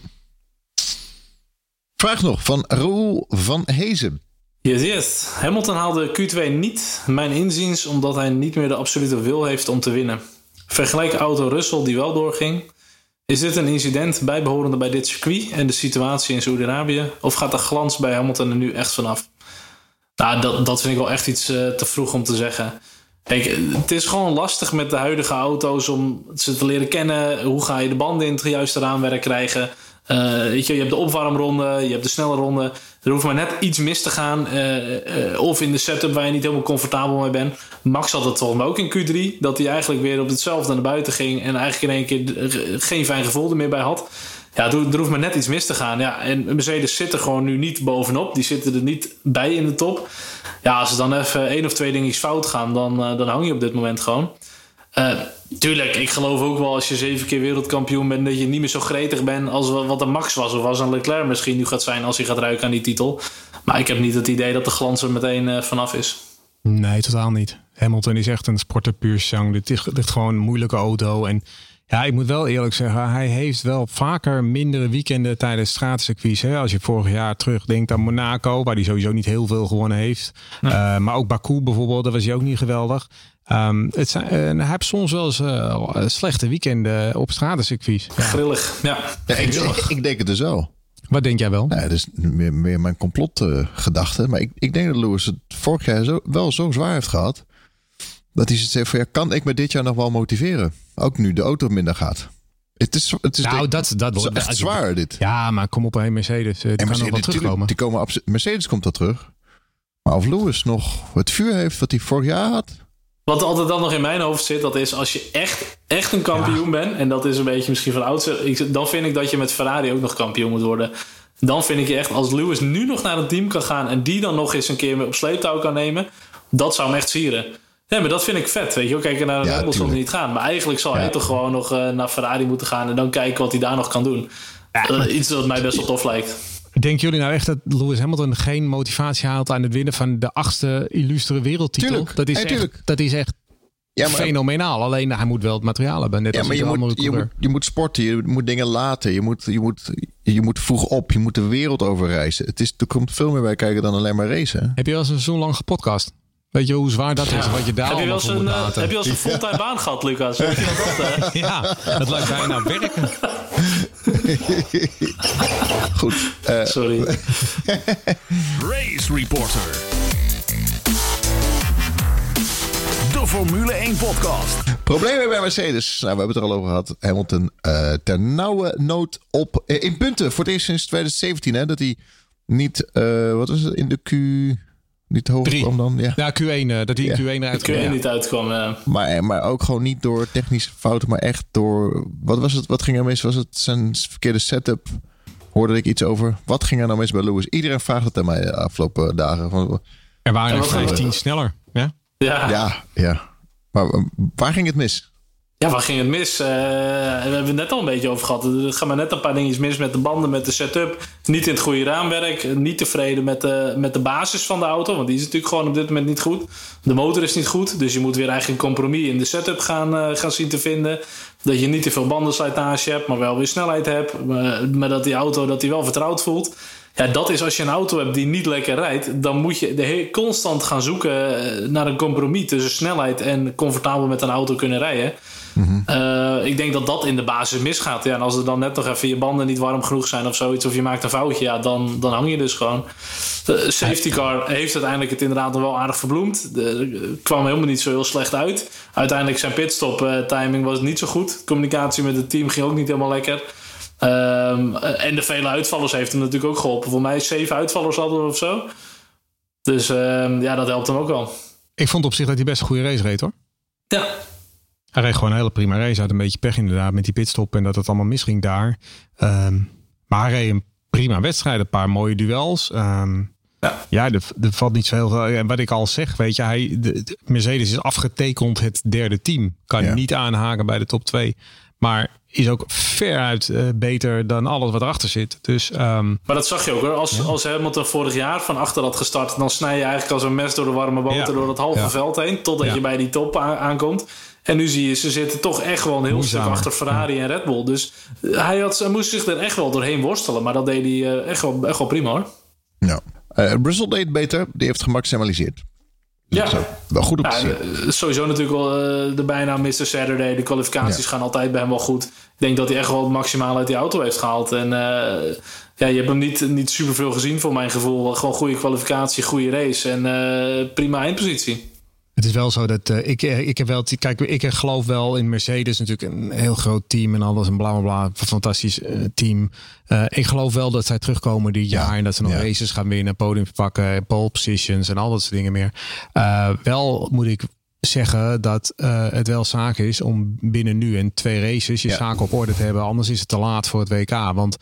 Vraag nog van Raoul van Hezen. Yes, yes. Hamilton haalde Q twee niet, mijn inziens, omdat hij niet meer de absolute wil heeft om te winnen. Vergelijk auto Russell die wel doorging. Is dit een incident bijbehorende bij dit circuit en de situatie in Saoedi-Arabië? Of gaat de glans bij Hamilton er nu echt vanaf? Nou, dat, dat vind ik wel echt iets uh, te vroeg om te zeggen. Kijk, het is gewoon lastig met de huidige auto's om ze te leren kennen. Hoe ga je de banden in het juiste raamwerk krijgen? Uh, weet je, je hebt de opwarmronde, je hebt de snelle ronde. Er hoeft maar net iets mis te gaan. Uh, uh, of in de setup waar je niet helemaal comfortabel mee bent. Max had het volgens mij ook in Q drie. Dat hij eigenlijk weer op hetzelfde naar buiten ging. En eigenlijk in één keer geen fijn gevoel er meer bij had. Ja, er, er hoeft maar net iets mis te gaan. Ja, en Mercedes zit er gewoon nu niet bovenop. Die zitten er niet bij in de top. Ja, als er dan even één of twee dingen fout gaan, dan, uh, dan hang je op dit moment gewoon. Uh, tuurlijk, ik geloof ook wel als je zeven keer wereldkampioen bent, dat je niet meer zo gretig bent als wat een Max was. Of als een Leclerc misschien nu gaat zijn als hij gaat ruiken aan die titel. Maar ik heb niet het idee dat de glans er meteen uh, vanaf is. Nee, totaal niet. Hamilton is echt een sporter puur zang. Dit is, dit is gewoon een moeilijke auto. En ja, ik moet wel eerlijk zeggen, hij heeft wel vaker mindere weekenden tijdens straatcircuits. Hè? Als je vorig jaar terugdenkt aan Monaco, waar hij sowieso niet heel veel gewonnen heeft. Nee. Uh, maar ook Baku bijvoorbeeld, daar was hij ook niet geweldig. Um, het zijn, uh, hij heeft soms wel eens uh, slechte weekenden op stratencircuits. Ja. Grillig, ja. ja ik, ik, ik denk het dus wel. Wat denk jij wel? Nou, dat is meer, meer mijn complotgedachte. Uh, maar ik, ik denk dat Lewis het vorig jaar zo, wel zo zwaar heeft gehad, dat hij zegt van ja, kan ik me dit jaar nog wel motiveren? Ook nu de auto minder gaat. Het is, het is nou, denk, dat, dat wordt echt zwaar dit. Ja, maar kom op een Mercedes. Die en kan Mercedes, nog wel terugkomen. Die komen, Mercedes komt al terug. Maar of Lewis nog het vuur heeft wat hij vorig jaar had. Wat altijd dan nog in mijn hoofd zit, dat is als je echt, echt een kampioen ja. bent. En dat is een beetje misschien van oudsher. Dan vind ik dat je met Ferrari ook nog kampioen moet worden. Dan vind ik je echt, als Lewis nu nog naar een team kan gaan en die dan nog eens een keer op sleeptouw kan nemen. Dat zou hem echt sieren. Ja, maar dat vind ik vet, weet je wel. Kijk, naar de ja, Red Bull zal hij niet gaan. Maar eigenlijk zal ja. hij toch gewoon nog uh, naar Ferrari moeten gaan en dan kijken wat hij daar nog kan doen. Ja, uh, iets wat mij best wel tof lijkt. Denken jullie nou echt dat Lewis Hamilton geen motivatie haalt aan het winnen van de achtste illustere wereldtitel? Tuurlijk. Dat is hey, echt, dat is echt ja, maar, fenomenaal. Alleen hij moet wel het materiaal hebben. Net ja, als maar je moet, je, moet, je moet sporten, je moet dingen laten. Je moet, je, moet, je moet vroeg op, je moet de wereld overreizen. Het is, er komt veel meer bij kijken dan alleen maar racen. Heb je wel eens een seizoen lang gepodcast? Weet je hoe zwaar dat is? Ja. Wat je daar heb, je wel eens een, uh, heb je wel eens een fulltime ja. baan gehad, Lucas? Weet je dat, uh? Ja, dat lijkt bijna werken. Goed. Uh, Sorry. Race Reporter. De Formule één podcast. Problemen bij Mercedes. Nou, we hebben het er al over gehad. Hamilton uh, ter nauwe nood op uh, in punten. Voor het eerst sinds twintig zeventien. Hè, dat hij niet, uh, wat was het, in de Q... Niet hoog kwam dan? Ja, ja Q één. Uh, dat hij in ja. Q één eruit kwam. Q één ja. niet uitkwam, ja. Maar, maar ook gewoon niet door technische fouten, maar echt door... Wat was het? Wat ging er mis? Was het zijn verkeerde setup? Hoorde ik iets over? Wat ging er nou mis bij Lewis? Iedereen vraagt het aan mij de afgelopen dagen. Er waren er vijftien uh, sneller. Ja? Ja. ja, ja. Maar waar ging het mis? Ja, waar ging het mis? Uh, we hebben het net al een beetje over gehad. Er gaan maar net een paar dingetjes mis met de banden, met de setup. Niet in het goede raamwerk. Niet tevreden met de, met de basis van de auto. Want die is natuurlijk gewoon op dit moment niet goed. De motor is niet goed. Dus je moet weer eigenlijk een compromis in de setup gaan, uh, gaan zien te vinden. Dat je niet te veel bandenslijtage hebt, maar wel weer snelheid hebt. Maar, maar dat die auto dat die wel vertrouwd voelt. Ja, dat is als je een auto hebt die niet lekker rijdt. Dan moet je de he- constant gaan zoeken naar een compromis tussen snelheid en comfortabel met een auto kunnen rijden. Mm-hmm. Uh, ik denk dat dat in de basis misgaat. Ja, en als er dan net nog even je banden niet warm genoeg zijn of zoiets, of je maakt een foutje, ja, dan, dan hang je dus gewoon. De safety car heeft uiteindelijk het inderdaad wel aardig verbloemd. De, kwam helemaal niet zo heel slecht uit. Uiteindelijk zijn pitstop uh, timing was niet zo goed. Communicatie met het team ging ook niet helemaal lekker. Um, en de vele uitvallers heeft hem natuurlijk ook geholpen. Voor mij zeven uitvallers hadden we of zo. Dus um, ja, dat helpt hem ook wel. Ik vond op zich dat hij best een goede race reed, hoor. Ja. Hij reed gewoon een hele prima race. Hij had een beetje pech inderdaad met die pitstop en dat het allemaal misging daar. Um, maar hij reed een prima wedstrijd. Een paar mooie duels. Um, ja, ja er, er valt niet zo heel veel. En wat ik al zeg, weet je, hij, de, de Mercedes is afgetekend het derde team. Kan ja. niet aanhaken bij de top twee. Maar is ook veruit uh, beter dan alles wat erachter zit. Dus, um, maar dat zag je ook hoor. Als, ja. als Hamilton vorig jaar van achter had gestart, dan snij je eigenlijk als een mes door de warme boter ja. door het halve ja. veld heen. Totdat ja. je bij die top aan, aankomt. En nu zie je, ze zitten toch echt wel een heel Moeizamer. stuk achter Ferrari ja. en Red Bull. Dus hij, had, hij moest zich er echt wel doorheen worstelen. Maar dat deed hij uh, echt, wel, echt wel prima hoor. Ja. Uh, Russell deed het beter. Die heeft gemaximaliseerd. Ja. Zo, wel goed op te ja, zien. Sowieso natuurlijk wel uh, de bijnaam mister Saturday. De kwalificaties ja. gaan altijd bij hem wel goed. Ik denk dat hij echt wel het maximaal uit die auto heeft gehaald. En uh, ja, je hebt hem niet, niet superveel gezien voor mijn gevoel. Gewoon goede kwalificatie, goede race en uh, prima eindpositie. Het is wel zo dat uh, ik, ik heb wel. Kijk, ik geloof wel in Mercedes, natuurlijk een heel groot team en alles en bla bla bla. Een fantastisch uh, team. Uh, ik geloof wel dat zij terugkomen dit jaar ja, en dat ze nog ja. races gaan winnen, podiums pakken, pole positions en al dat soort dingen meer. Uh, wel moet ik zeggen dat uh, het wel zaak is om binnen nu en twee races je ja. zaken op orde te hebben. Anders is het te laat voor het W K. Want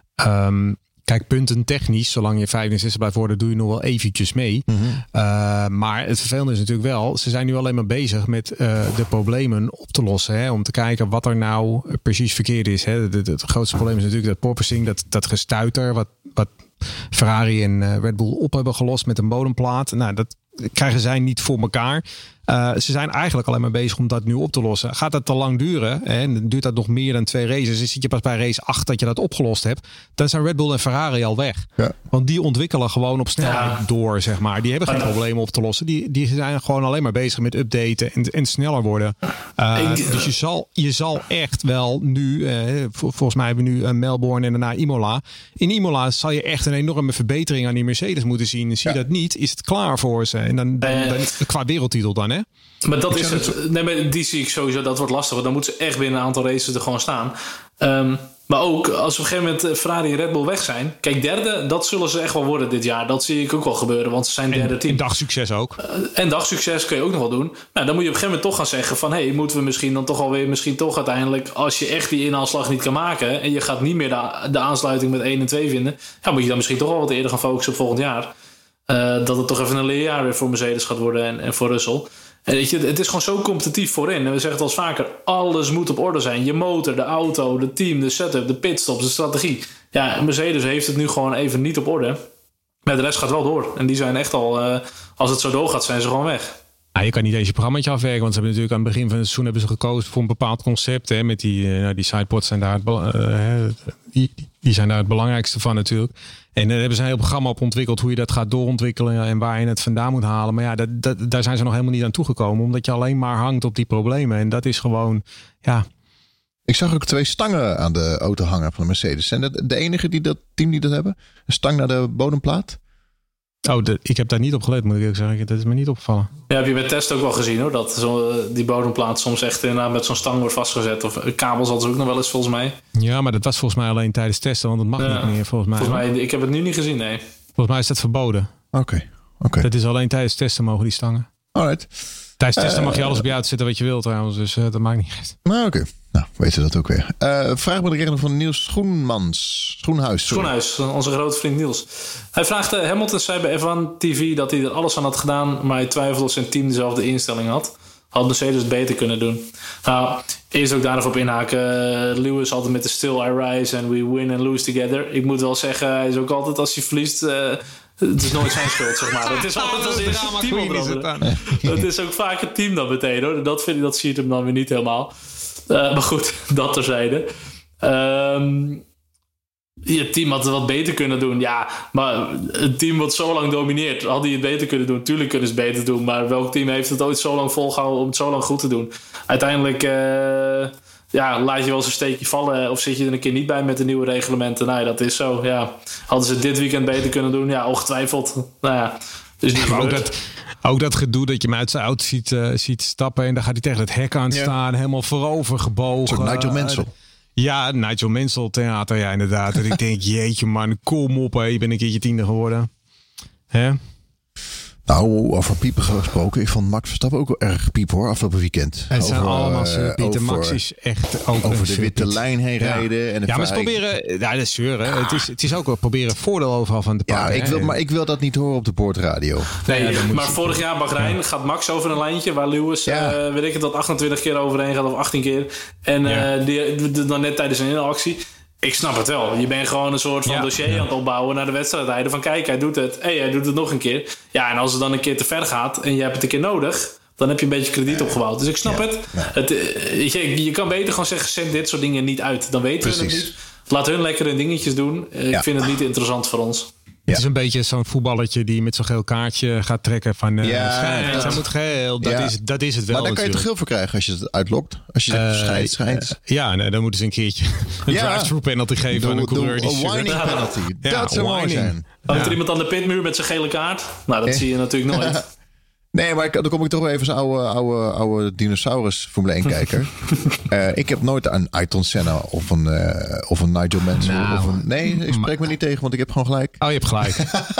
um, kijk, punten technisch, zolang je vijfenzestig blijft worden, doe je nog wel eventjes mee. Mm-hmm. Uh, maar het vervelende is natuurlijk wel, ze zijn nu alleen maar bezig met uh, de problemen op te lossen. Hè, om te kijken wat er nou precies verkeerd is. Hè. Het, het, het grootste probleem is natuurlijk dat porpoising, dat, dat gestuiter, wat, wat Ferrari en uh, Red Bull op hebben gelost met een bodemplaat. Nou, dat krijgen zij niet voor elkaar. Uh, ze zijn eigenlijk alleen maar bezig om dat nu op te lossen. Gaat dat te lang duren, hè, en duurt dat nog meer dan twee races, en zit je pas bij race acht dat je dat opgelost hebt, dan zijn Red Bull en Ferrari al weg. Ja. Want die ontwikkelen gewoon op snelheid ja. door, zeg maar. Die hebben geen problemen op te lossen. Die, die zijn gewoon alleen maar bezig met updaten en, en sneller worden. Uh, Ik, dus je zal, je zal echt wel nu, uh, volgens mij hebben we nu uh, Melbourne en daarna Imola. In Imola zal je echt een enorme verbetering aan die Mercedes moeten zien. En zie je ja. dat niet, is het klaar voor ze. En dan, dan, dan qua wereldtitel dan, hè? Maar dat is het. Nee, maar die zie ik sowieso, dat wordt lastig. Want dan moeten ze echt binnen een aantal races er gewoon staan. Um, maar ook als op een gegeven moment Ferrari en Red Bull weg zijn. Kijk, derde, dat zullen ze echt wel worden dit jaar. Dat zie ik ook wel gebeuren, want ze zijn derde en, team. En dagsucces ook. Uh, en dagsucces kun je ook nog wel doen. Nou, dan moet je op een gegeven moment toch gaan zeggen van, hé, hey, moeten we misschien dan toch alweer, misschien toch uiteindelijk, als je echt die inhaalslag niet kan maken en je gaat niet meer de, de aansluiting met één en twee vinden, ja, moet je dan misschien toch wel wat eerder gaan focussen op volgend jaar. Uh, dat het toch even een leerjaar weer voor Mercedes gaat worden en, en voor Russell. En weet je, het is gewoon zo competitief voorin. En we zeggen het al eens vaker, alles moet op orde zijn. Je motor, de auto, de team, de setup, de pitstops, de strategie. Ja, Mercedes heeft het nu gewoon even niet op orde. Maar de rest gaat wel door. En die zijn echt al, uh, als het zo doorgaat, zijn ze gewoon weg. Ja, je kan niet eens je programmaatje afwerken. Want ze hebben natuurlijk aan het begin van het seizoen hebben ze gekozen voor een bepaald concept. Hè, met die, uh, die sidepods zijn daar het, uh, die, die zijn daar het belangrijkste van natuurlijk. En daar hebben ze een heel programma op ontwikkeld hoe je dat gaat doorontwikkelen en waar je het vandaan moet halen. Maar ja, dat, dat, daar zijn ze nog helemaal niet aan toegekomen. Omdat je alleen maar hangt op die problemen. En dat is gewoon, ja. Ik zag ook twee stangen aan de auto hangen van de Mercedes. Zijn dat de enige die dat team die dat hebben? Een stang naar de bodemplaat? Oh, de, ik heb daar niet op gelet, moet ik eerlijk zeggen. Dat is me niet opgevallen. Ja, heb je bij test ook wel gezien hoor. Dat zo, die bodemplaat soms echt inderdaad met zo'n stang wordt vastgezet. Of kabels hadden ze ook nog wel eens volgens mij. Ja, maar dat was volgens mij alleen tijdens testen. Want dat mag ja. niet meer volgens mij. Volgens mij, ik heb het nu niet gezien, nee. Volgens mij is dat verboden. Oké. Okay. Okay. Dat is alleen tijdens testen mogen die stangen. Alright. Tijdens testen uh, mag je alles op je uitzetten wat je wilt trouwens. Dus uh, dat maakt niet uit. Nou, oké. Okay. Nou, weten we dat ook weer. Uh, vraag me de rekening van Niels Schoenmans. Schoenhuis. Sorry. Schoenhuis, onze grote vriend Niels. Hij vraagt, uh, Hamilton zei bij F één T V dat hij er alles aan had gedaan, maar hij twijfelde of zijn team dezelfde instelling had. Had Mercedes het beter kunnen doen. Nou, eerst ook daarop inhaken. Uh, Lewis altijd met de still I rise and we win and lose together. Ik moet wel zeggen, hij is ook altijd als hij verliest, Uh, het is nooit zijn schuld, zeg maar. Het is altijd als eerste het team opbranden. Het is ook vaak het team dan meteen, hoor. Dat, vind ik, dat ziet hem dan weer niet helemaal. Uh, maar goed, dat terzijde. Um, het team had het wat beter kunnen doen. Ja, maar het team wat zo lang domineert, had hij het beter kunnen doen. Tuurlijk kunnen ze het beter doen. Maar welk team heeft het ooit zo lang volgehouden om het zo lang goed te doen? Uiteindelijk Uh, ja, laat je wel eens een steekje vallen of zit je er een keer niet bij met de nieuwe reglementen. Nou ja, dat is zo. Ja. Hadden ze dit weekend beter kunnen doen? Ja, ongetwijfeld. Nou ja, dus niet ja, ook, dat, ook dat gedoe dat je hem uit zijn auto ziet, uh, ziet stappen en dan gaat hij tegen het hek aan ja. staan, helemaal voorover gebogen. Zo'n Nigel Mansell. Uh, ja, Nigel Mansell theater, ja inderdaad. En ik denk, jeetje man, kom op, hè. Je bent een keertje tiende geworden. Hè? Nou, over piepen gesproken. Ik vond Max Verstappen ook wel erg piep hoor, afgelopen weekend. Het zijn over, allemaal surpieten. Max is echt ook over de witte lijn heen ja. rijden. En ja, maar ze proberen, ja, dat is zeuren. Ja. Het, is, het is ook wel proberen voordeel overal van te pakken. Ja, ik wil, maar ik wil dat niet horen op de boordradio. Nee, ja, maar vorig jaar Bahrein ja. gaat Max over een lijntje waar Lewis, ja. uh, weet ik het, dat achtentwintig keer overheen gaat of achttien keer. En ja. uh, die, die, dan net tijdens een inactie. Ik snap het wel. Je bent gewoon een soort van ja, dossier ja. aan het opbouwen naar de wedstrijdrijden. Van kijk, hij doet het. Hé, hey, hij doet het nog een keer. Ja, en als het dan een keer te ver gaat en je hebt het een keer nodig, dan heb je een beetje krediet opgebouwd. Dus ik snap ja, het. Ja. het je, je kan beter gewoon zeggen, zend dit soort dingen niet uit. Dan weten Precies. we het niet. Laat hun lekker hun dingetjes doen. Ik ja. vind het niet interessant voor ons. Ja. Het is een beetje zo'n voetballetje die met zo'n geel kaartje gaat trekken van uh, ja, schijnt, ja. hij moet geel. Dat, ja. is, dat is het wel. Maar daar kan je toch geel voor krijgen als je het uitlokt? Als je uh, scheidt, scheidt. Uh, ja, nee, dan moeten ze een keertje een ja. drive-through penalty geven aan een coureur. Een whining penalty. Ja, dat zou mooi zijn. Hangt ja. er iemand aan de pitmuur met zijn gele kaart? Nou, dat eh. zie je natuurlijk nooit. Nee, maar ik, dan kom ik toch wel even als oude, oude, oude dinosaurus Formule één kijker. uh, ik heb nooit een Ayrton Senna of een, uh, of een Nigel Mansell. Nou, of een, nee, ik spreek me niet tegen, want ik heb gewoon gelijk. Oh, je hebt gelijk.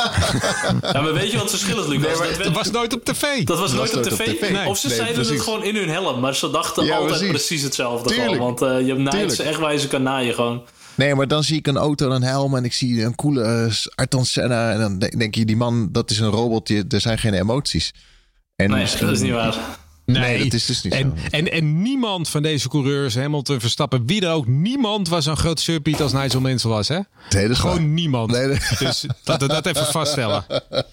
Ja, maar weet je wat het verschil is, Luc? Nee, maar dat, Dat was nooit op tv. dat was dat nooit was op nooit tv. op tv. Nee, of ze nee, zeiden precies. het gewoon in hun helm. Maar ze dachten Ja, altijd precies. precies hetzelfde. Tuurlijk. Gewoon, want uh, je naait Tuurlijk. ze echt waar je ze kan naaien gewoon. Nee, maar dan zie ik een auto en een helm en ik zie een coole uh, Ayrton Senna. En dan denk, denk je, die man, dat is een robot. Die, er zijn geen emoties. En Nee, misschien- dat is niet waar. Nee, dat is dus niet en, zo. En, en niemand van deze coureurs, Hamilton, Verstappen, wie er ook, niemand was zo'n groot surpiet als Nigel Mansell was, hè? Nee, dat is Gewoon waar. niemand. Nee, dat- Dus laten we dat even vaststellen.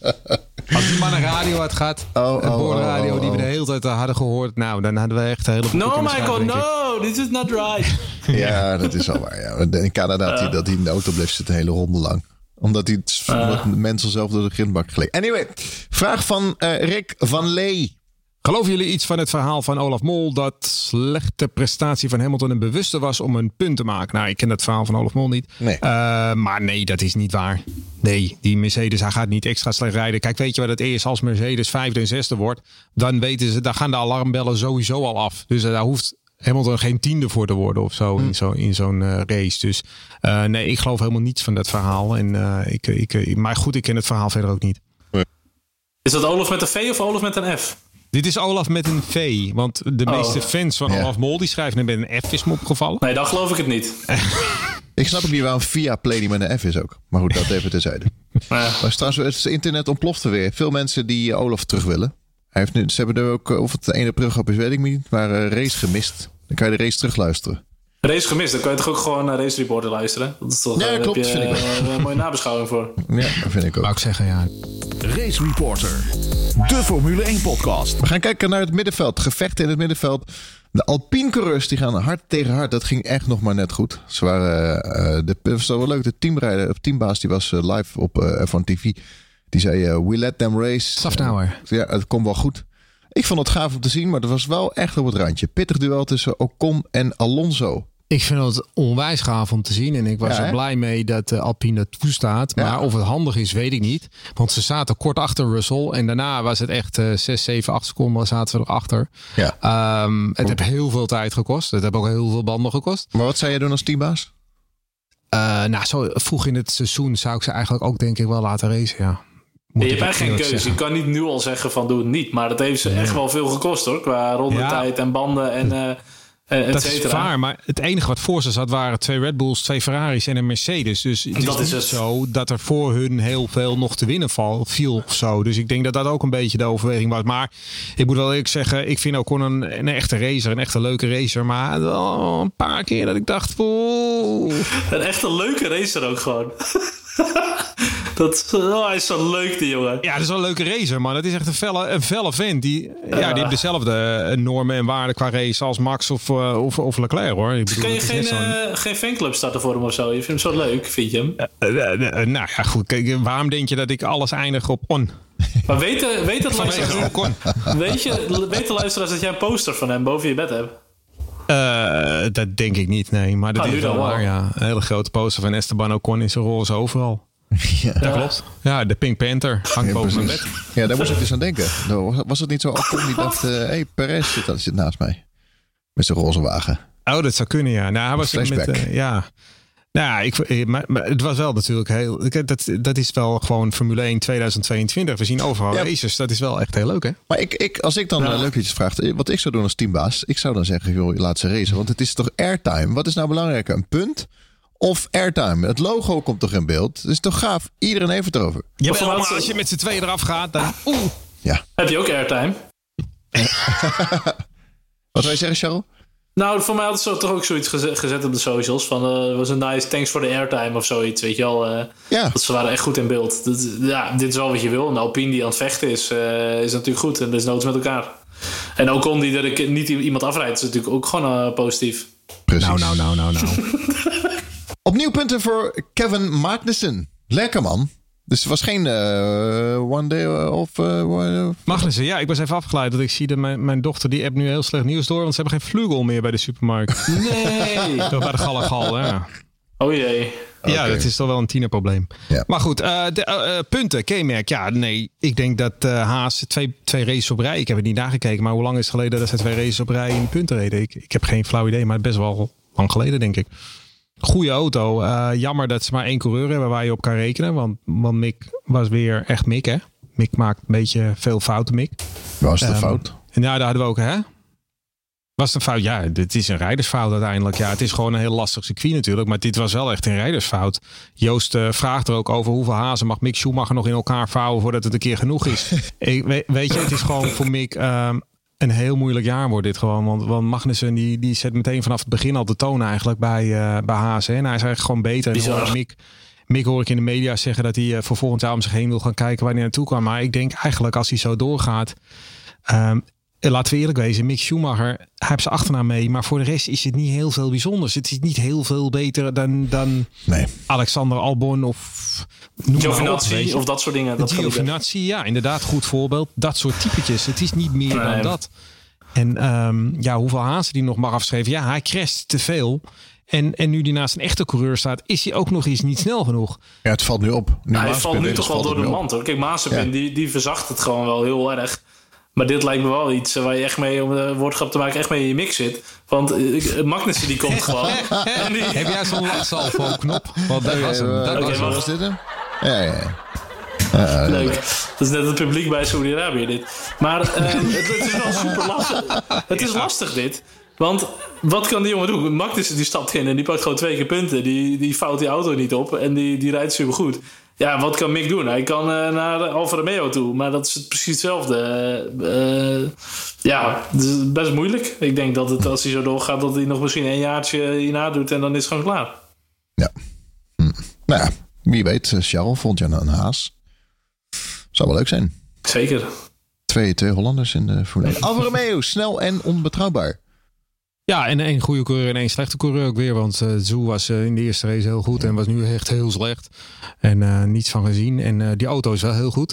Als die man een radio had gehad, Oh, een oh, boordradio oh, oh, die we de oh. hele tijd hadden gehoord, nou, dan hadden we echt een hele No, Michael, no, this is not right. Ja, dat is al waar. Ja. In Canada had hij dat hij in de auto bleef zitten de hele ronde lang. Omdat hij het omdat mensen zelf door de grindbak geleek. Anyway, vraag van uh, Rick van Lee. Geloven jullie iets van het verhaal van Olaf Mol dat slechte prestatie van Hamilton een bewuste was om een punt te maken? Nou, ik ken dat verhaal van Olaf Mol niet. Nee. Uh, maar nee, dat is niet waar. Nee, die Mercedes, hij gaat niet extra slecht rijden. Kijk, weet je wat het is? Als Mercedes vijfde en zesde wordt, dan weten ze, dan gaan de alarmbellen sowieso al af. Dus uh, daar hoeft Hamilton geen tiende voor te worden of zo, hm. in, zo, in zo'n uh, race. Dus uh, nee, ik geloof helemaal niets van dat verhaal. En, uh, ik, ik, maar goed, ik ken het verhaal verder ook niet. Is dat Olaf met een V of Olaf met een F? Dit is Olaf met een V. Want de Oh. meeste fans van Ja. Olaf Mol die schrijven met een F, is me opgevallen. Nee, dan geloof ik het niet. Ik snap ook niet waarom via Play niet met een F is ook. Maar goed, dat even terzijde. Ja. Maar trouwens, het internet ontplofte weer. Veel mensen die uh, Olaf terug willen. Hij heeft nu, ze hebben er ook, uh, of het de ene brug op is, weet ik niet. Maar uh, race gemist. Dan kan je de race terugluisteren. Race gemist, dan kan je toch ook gewoon naar Race Reporter luisteren? Dat is toch, Ja, daar klopt, heb je vind ik uh, een mooie nabeschouwing voor. Ja, dat vind ik ook. Wou ik zeggen, ja. Race Reporter, de Formule één podcast. We gaan kijken naar het middenveld. Gevechten in het middenveld. De Alpine-coureurs die gaan hard tegen hard. Dat ging echt nog maar net goed. Ze waren, uh, de, dat was wel leuk. De teamrijder, of teambaas, die was uh, live op uh, F one T V. Die zei, uh, we let them race. Safnauer. Ja, het komt wel goed. Ik vond het gaaf om te zien, maar dat was wel echt op het randje. Pittig duel tussen Ocon en Alonso. Ik vind het onwijs gaaf om te zien. En ik was Ja, er hè? blij mee dat uh, Alpine dat toestaat. Ja. Maar of het handig is, weet ik niet. Want ze zaten kort achter Russell. En daarna was het echt uh, zes, zeven, acht seconden zaten we erachter. Ja. Um, het heeft heel veel tijd gekost. Het heeft ook heel veel banden gekost. Maar wat zou jij doen als teambaas? Uh, nou, zo vroeg in het seizoen zou ik ze eigenlijk ook denk ik wel laten racen, ja. Moet Je ik hebt echt geen eerlijk keuze. zeggen. Je kan niet nu al zeggen van doe het niet. Maar dat heeft ze echt wel veel gekost hoor. Qua rondetijd en banden en uh, et Dat is cetera. waar, maar het enige wat voor ze zat waren twee Red Bulls, twee Ferraris en een Mercedes. Dus het is, Dat is niet het. zo dat er voor hun heel veel nog te winnen val, viel of zo. Dus ik denk dat dat ook een beetje de overweging was. Maar ik moet wel eerlijk zeggen, ik vind ook gewoon een, een echte racer, een echte leuke racer. Maar oh, een paar keer dat ik dacht, oeh. Een echte leuke racer ook gewoon. Dat, oh, hij is zo leuk die jongen. Ja, dat is wel een leuke racer, man. Het is echt een felle, een felle vent. Die, ja. ja, die heeft dezelfde normen en waarden qua race als Max of, uh, of, of Leclerc, hoor. Ik bedoel, Kan je het is geen, net zo'n- uh, geen fanclub starten voor hem of zo? Je vindt hem zo leuk, vind je hem? Uh, uh, uh, nou ja, goed. Kijk, waarom denk je dat ik alles eindig op on? Maar weet, uh, weet, het Vanwege luisteraars, Ocon. weet, je, weet de luisteraars dat jij een poster van hem boven je bed hebt? Uh, dat denk ik niet, nee. Maar dat Ah, is nu wel dan wel. waar, ja. Een hele grote poster van Esteban Ocon in zijn roze overal. Ja, Dat klopt. Ja, de Pink Panther hangt Ja, boven mijn precies. bed. Ja, daar moest ik dus aan denken. Nou, Was- Was het niet zo Ocon die dacht, hé, uh, hey, Perez zit, zit naast mij. Met zijn roze wagen. Oh, dat zou kunnen, ja. Nou, hij was met, Flashback. uh, ja. Nou, ik, maar, maar het was wel natuurlijk heel... Dat, dat is wel gewoon Formule één tweeduizend tweeëntwintig. We zien overal Ja. races. Dat is wel echt heel leuk, hè? Maar ik, ik, als ik dan Ja. uh, leuk iets vraag, wat ik zou doen als teambaas, ik zou dan zeggen, joh, laat ze racen. Want het is toch airtime? Wat is nou belangrijker, een punt of airtime? Het logo komt toch in beeld? Het is toch gaaf? Iedereen heeft het erover. Ja, Of maar laatste- als je met z'n tweeën eraf gaat, dan... Oeh. Ja. Heb je ook airtime? Wat wil je zeggen, Charles? Nou, voor mij had ze toch ook zoiets geze- gezet op de socials. Van, uh, was een nice thanks for the airtime of zoiets, weet je wel. Uh, Ja. dat ze waren echt goed in beeld. Dat, ja, dit is wel wat je wil. Een Alpine die aan het vechten is, uh, is natuurlijk goed. En desnoods met elkaar. En Ocon die er een keer niet iemand afrijdt, is natuurlijk ook gewoon uh, positief. Precies. Nou, nou, nou, nou, nou. Opnieuw punten voor Kevin Magnussen. Lekker, man. Dus het was geen uh, one day of... Uh, Magnussen, ja, ik was even afgeleid. Dat ik zie dat mijn, mijn dochter, die app nu heel slecht nieuws door. Want ze hebben geen vlugel meer bij de supermarkt. Nee. Bij de Gallegal, ja. Oh jee. Ja, Okay. dat is toch wel een tienerprobleem. Ja. Maar goed, uh, de, uh, punten, K-merk. Ja, nee, ik denk dat uh, Haas twee, twee races op rij. Ik heb het niet nagekeken, maar hoe lang is het geleden dat ze twee races op rij in de punten reden? Ik, ik heb geen flauw idee, maar best wel lang geleden, denk ik. Goeie auto. Uh, jammer dat ze maar één coureur hebben waar je op kan rekenen. Want, want Mick was weer echt Mick, hè? Mick maakt een beetje veel fouten, Mick. Was het een Um, fout? En ja, daar hadden we ook, hè? Was het een fout? Ja, dit is een rijdersfout uiteindelijk. Ja, het is gewoon een heel lastig circuit natuurlijk. Maar dit was wel echt een rijdersfout. Joost uh, vraagt er ook over hoeveel hazen mag Mick Schumacher nog in elkaar vouwen voordat het een keer genoeg is. Ik, weet, weet je, het is gewoon voor Mick um, een heel moeilijk jaar wordt dit gewoon. Want, want Magnussen die, die zet meteen vanaf het begin al de toon eigenlijk bij, uh, bij Haas. Hè? En hij is eigenlijk gewoon beter. En hoor Mick, Mick hoor ik in de media zeggen dat hij uh, voor volgend jaar om zich heen wil gaan kijken waar hij naartoe kan. Maar ik denk eigenlijk als hij zo doorgaat... Um, Laten we eerlijk wezen, Mick Schumacher, hij heeft zijn achternaam mee. Maar voor de rest is het niet heel veel bijzonders. Het is niet heel veel beter dan, dan nee. Alexander Albon of... Giovinazzi of dat soort dingen. Dat Giovinazzi, ja, inderdaad, goed voorbeeld. Dat soort typetjes. Het is niet meer nee. dan dat. En um, ja, hoeveel hazen die nog mag afschrijven. Ja, hij crasht te veel. En, en nu die naast een echte coureur staat, is hij ook nog eens niet snel genoeg. Ja, het valt nu op. Nu nou, hij valt nu toch wel door de mand, hoor. Kijk, Mazepin, ja. die, die verzacht het gewoon wel heel erg. Maar dit lijkt me wel iets waar je echt mee, om een woordgrap te maken, echt mee in je mix zit. Want uh, Magnussen die komt gewoon. En die... Heb jij zo'n lachsalvo-knop? Want dat was hem. Dat okay, was was dit hem? Ja, ja, ja. Uh, Leuk. Dat is net het publiek bij Saudi-Arabië dit. Maar uh, het, het is wel super lastig. Het is lastig dit. Want wat kan die jongen doen? Magnussen die stapt in en die pakt gewoon twee keer punten. Die, die fout die auto niet op en die, die rijdt super goed. Ja, wat kan Mick doen? Hij kan uh, naar Alfa Romeo toe. Maar dat is precies hetzelfde. Uh, ja, het is best moeilijk. Ik denk dat het, als hij zo doorgaat, dat hij nog misschien een jaartje hierna doet en dan is het gewoon klaar. Ja. Hm. Nou ja, wie weet, Charles vond je een Haas. Zou wel leuk zijn. Zeker. Twee, twee Hollanders in de Formule één. Alfa Romeo, snel en onbetrouwbaar. Ja, en één goede coureur en één slechte coureur ook weer. Want uh, Zhou was uh, in de eerste race heel goed en was nu echt heel slecht. En uh, niets van gezien. En uh, die auto is wel heel goed.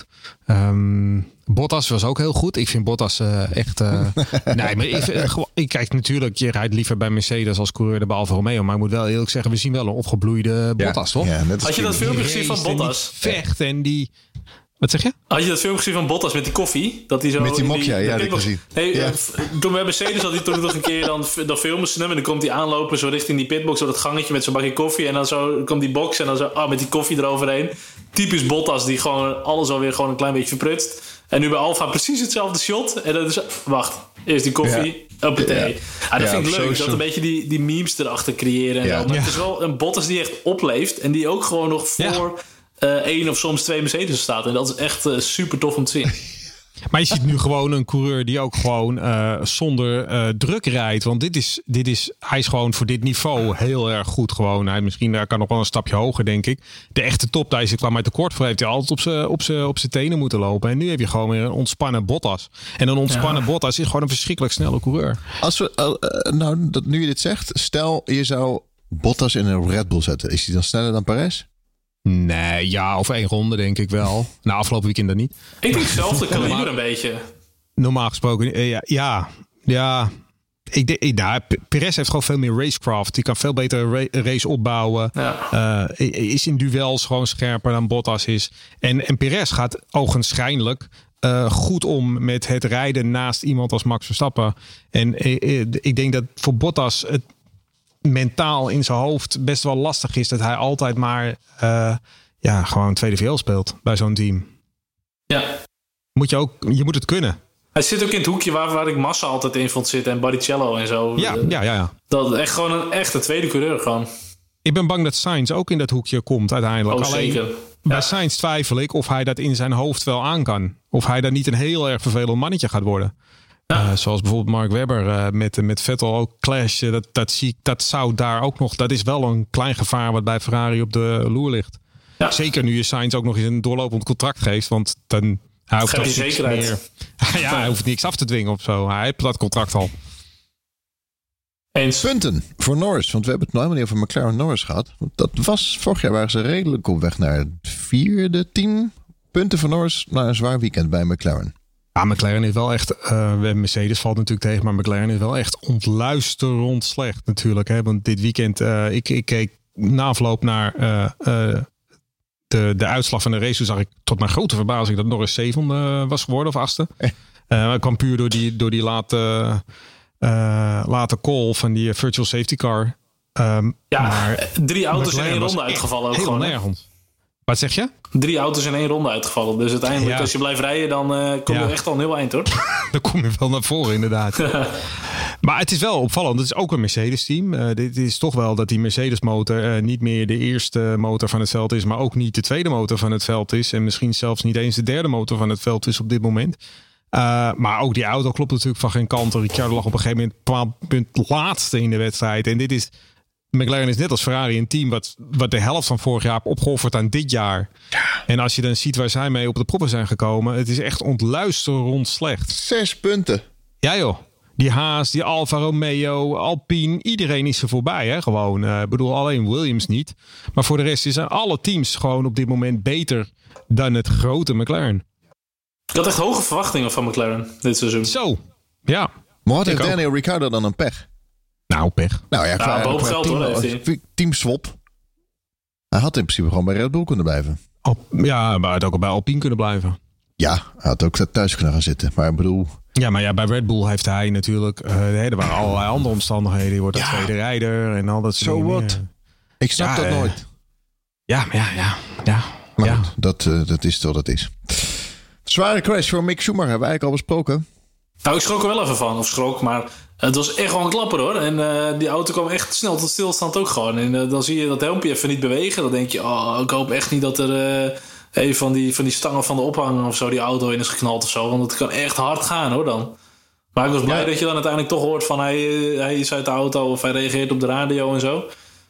Um, Bottas was ook heel goed. Ik vind Bottas uh, echt... Uh, nee, maar ik, uh, ik kijk natuurlijk, je rijdt liever bij Mercedes als coureur dan bij Alfa Romeo. Maar ik moet wel eerlijk zeggen, we zien wel een opgebloeide Bottas, ja, toch? Ja, Had je dat filmpje gezien van Bottas? Vecht en die... Wat zeg je? Had je dat filmpje gezien van Bottas met die koffie? Dat hij zo met die mokja, ja, dat heb ik gezien. Nee, ja. Toen bij Mercedes had hij toen nog een keer, dan, dan filmen ze hem en dan komt hij aanlopen zo richting die pitbox, zo dat gangetje met zo'n bakje koffie en dan zo komt die box en dan zo ah, met die koffie eroverheen. Typisch Bottas die gewoon alles alweer gewoon een klein beetje verprutst. En nu bij Alfa precies hetzelfde shot. En dat is, wacht, eerst die koffie, ja. op het thee. Ja. Ah, dat ja, vind ik leuk, dat een beetje die, die memes erachter creëren. En ja. Maar ja. Het is wel een Bottas die echt opleeft en die ook gewoon nog voor... Ja. Uh, één of soms twee Mercedes staat. En dat is echt uh, super tof om te zien. Maar je ziet nu gewoon een coureur die ook gewoon uh, zonder uh, druk rijdt. Want dit is, dit is, hij is gewoon voor dit niveau heel erg goed. Gewoon. Hij misschien daar kan nog wel een stapje hoger, denk ik. De echte toptijzer kwam uit tekort voor. Heeft hij altijd op zijn op zijn op zijn tenen moeten lopen. En nu heb je gewoon weer een ontspannen Bottas. En een ontspannen ja. Bottas is gewoon een verschrikkelijk snelle coureur. Als we, uh, nou, dat nu je dit zegt. Stel, je zou Bottas in een Red Bull zetten. Is hij dan sneller dan Perez? Nee, ja, of één ronde denk ik wel. Na afgelopen weekend dan niet. Ik denk hetzelfde kaliber een beetje. Normaal gesproken, ja. Ja, ja. Ik denk, nou, Perez heeft gewoon veel meer racecraft. Die kan veel beter een ra- race opbouwen. Ja. Uh, is in duels gewoon scherper dan Bottas is. En, en Perez gaat ogenschijnlijk uh, goed om met het rijden naast iemand als Max Verstappen. En uh, ik denk dat voor Bottas het mentaal in zijn hoofd best wel lastig is dat hij altijd maar uh, ja, gewoon tweede V L speelt bij zo'n team. Ja. Moet je ook, je moet het kunnen. Hij zit ook in het hoekje waar, waar ik Massa altijd in vond zitten en Barrichello en zo. Ja, ja, ja, ja. Dat echt gewoon een echte tweede coureur gewoon. Ik ben bang dat Sainz ook in dat hoekje komt uiteindelijk. Oh, Alleen zeker. bij Ja. Sainz twijfel ik of hij dat in zijn hoofd wel aan kan. Of hij daar niet een heel erg vervelend mannetje gaat worden. Ja. Uh, zoals bijvoorbeeld Mark Webber uh, met, met Vettel ook clash. Dat, dat, zie ik, dat zou daar ook nog... Dat is wel een klein gevaar wat bij Ferrari op de loer ligt. Ja. Zeker nu je Sainz ook nog eens een doorlopend contract geeft. Want dan hij hoeft Geen zekerheid. Meer, ja, hij hoeft niks af te dwingen of zo. Hij heeft dat contract al. Eens. Punten voor Norris. Want we hebben het nog helemaal niet over McLaren Norris gehad. Dat was, vorig jaar waren ze redelijk op weg naar vierde team. Punten voor Norris na een zwaar weekend bij McLaren. Ja, McLaren is wel echt... Uh, Mercedes valt natuurlijk tegen, maar McLaren is wel echt ontluisterend slecht natuurlijk. Hè? Want dit weekend, uh, ik, ik keek na afloop naar uh, uh, de, de uitslag van de race, toen zag ik tot mijn grote verbazing dat Norris zevende was geworden of achtste. Eh. Uh, dat kwam puur door die, door die late, uh, late call van die virtual safety car. Um, ja, maar drie auto's in één ronde uitgevallen. Ook gewoon, nergens. Wat zeg je? Drie auto's in één ronde uitgevallen. Dus uiteindelijk, ja. als je blijft rijden, dan uh, kom je ja. echt al een heel eind, hoor. Dan kom je wel naar voren, inderdaad. Maar het is wel opvallend. Het is ook een Mercedes-team. Uh, dit is toch wel dat die Mercedes-motor uh, niet meer de eerste motor van het veld is, maar ook niet de tweede motor van het veld is. En misschien zelfs niet eens de derde motor van het veld is op dit moment. Uh, maar ook die auto klopt natuurlijk van geen kant. Ricciardo lag op een gegeven moment een bepaald punt laatste in de wedstrijd. En dit is... McLaren is net als Ferrari een team wat, wat de helft van vorig jaar heeft opgeofferd aan dit jaar. Ja. En als je dan ziet waar zij mee op de proppen zijn gekomen, het is echt ontluisterend slecht. Zes punten. Ja joh. Die Haas, die Alfa Romeo, Alpine, iedereen is er voorbij. Hè? Gewoon, ik uh, bedoel alleen Williams niet. Maar voor de rest zijn alle teams gewoon op dit moment beter dan het grote McLaren. Ik had echt hoge verwachtingen van McLaren dit seizoen. Zo, ja. Maar wat heeft Daniel Ricciardo dan een pech? Nou, pech. Nou ja, qua, ja boven qua geld team, hoor. Heeft team swap. Hij had in principe gewoon bij Red Bull kunnen blijven. Al, ja, maar hij had ook bij Alpine kunnen blijven. Ja, hij had ook thuis kunnen gaan zitten. Maar ik bedoel... Ja, maar ja, bij Red Bull heeft hij natuurlijk... Uh, er waren allerlei andere omstandigheden. Je wordt een ja. tweede rijder en al dat soort dingen. Zo wat. Ik snap ja, dat uh, nooit. Ja, maar ja, ja. ja. Maar ja. goed, dat, uh, dat is toch dat is. Zware crash voor Mick Schumacher hebben we eigenlijk al besproken. Nou, ik schrok er wel even van. Of schrok, maar het was echt wel een klapper hoor. En uh, die auto kwam echt snel tot stilstand ook gewoon. En uh, dan zie je dat helmpje even niet bewegen. Dan denk je, oh, ik hoop echt niet dat er uh, een van die, van die stangen van de ophang of zo die auto in is geknald of zo. Want het kan echt hard gaan hoor dan. Maar ik was blij ja. dat je dan uiteindelijk toch hoort van hij, hij is uit de auto of hij reageert op de radio en zo.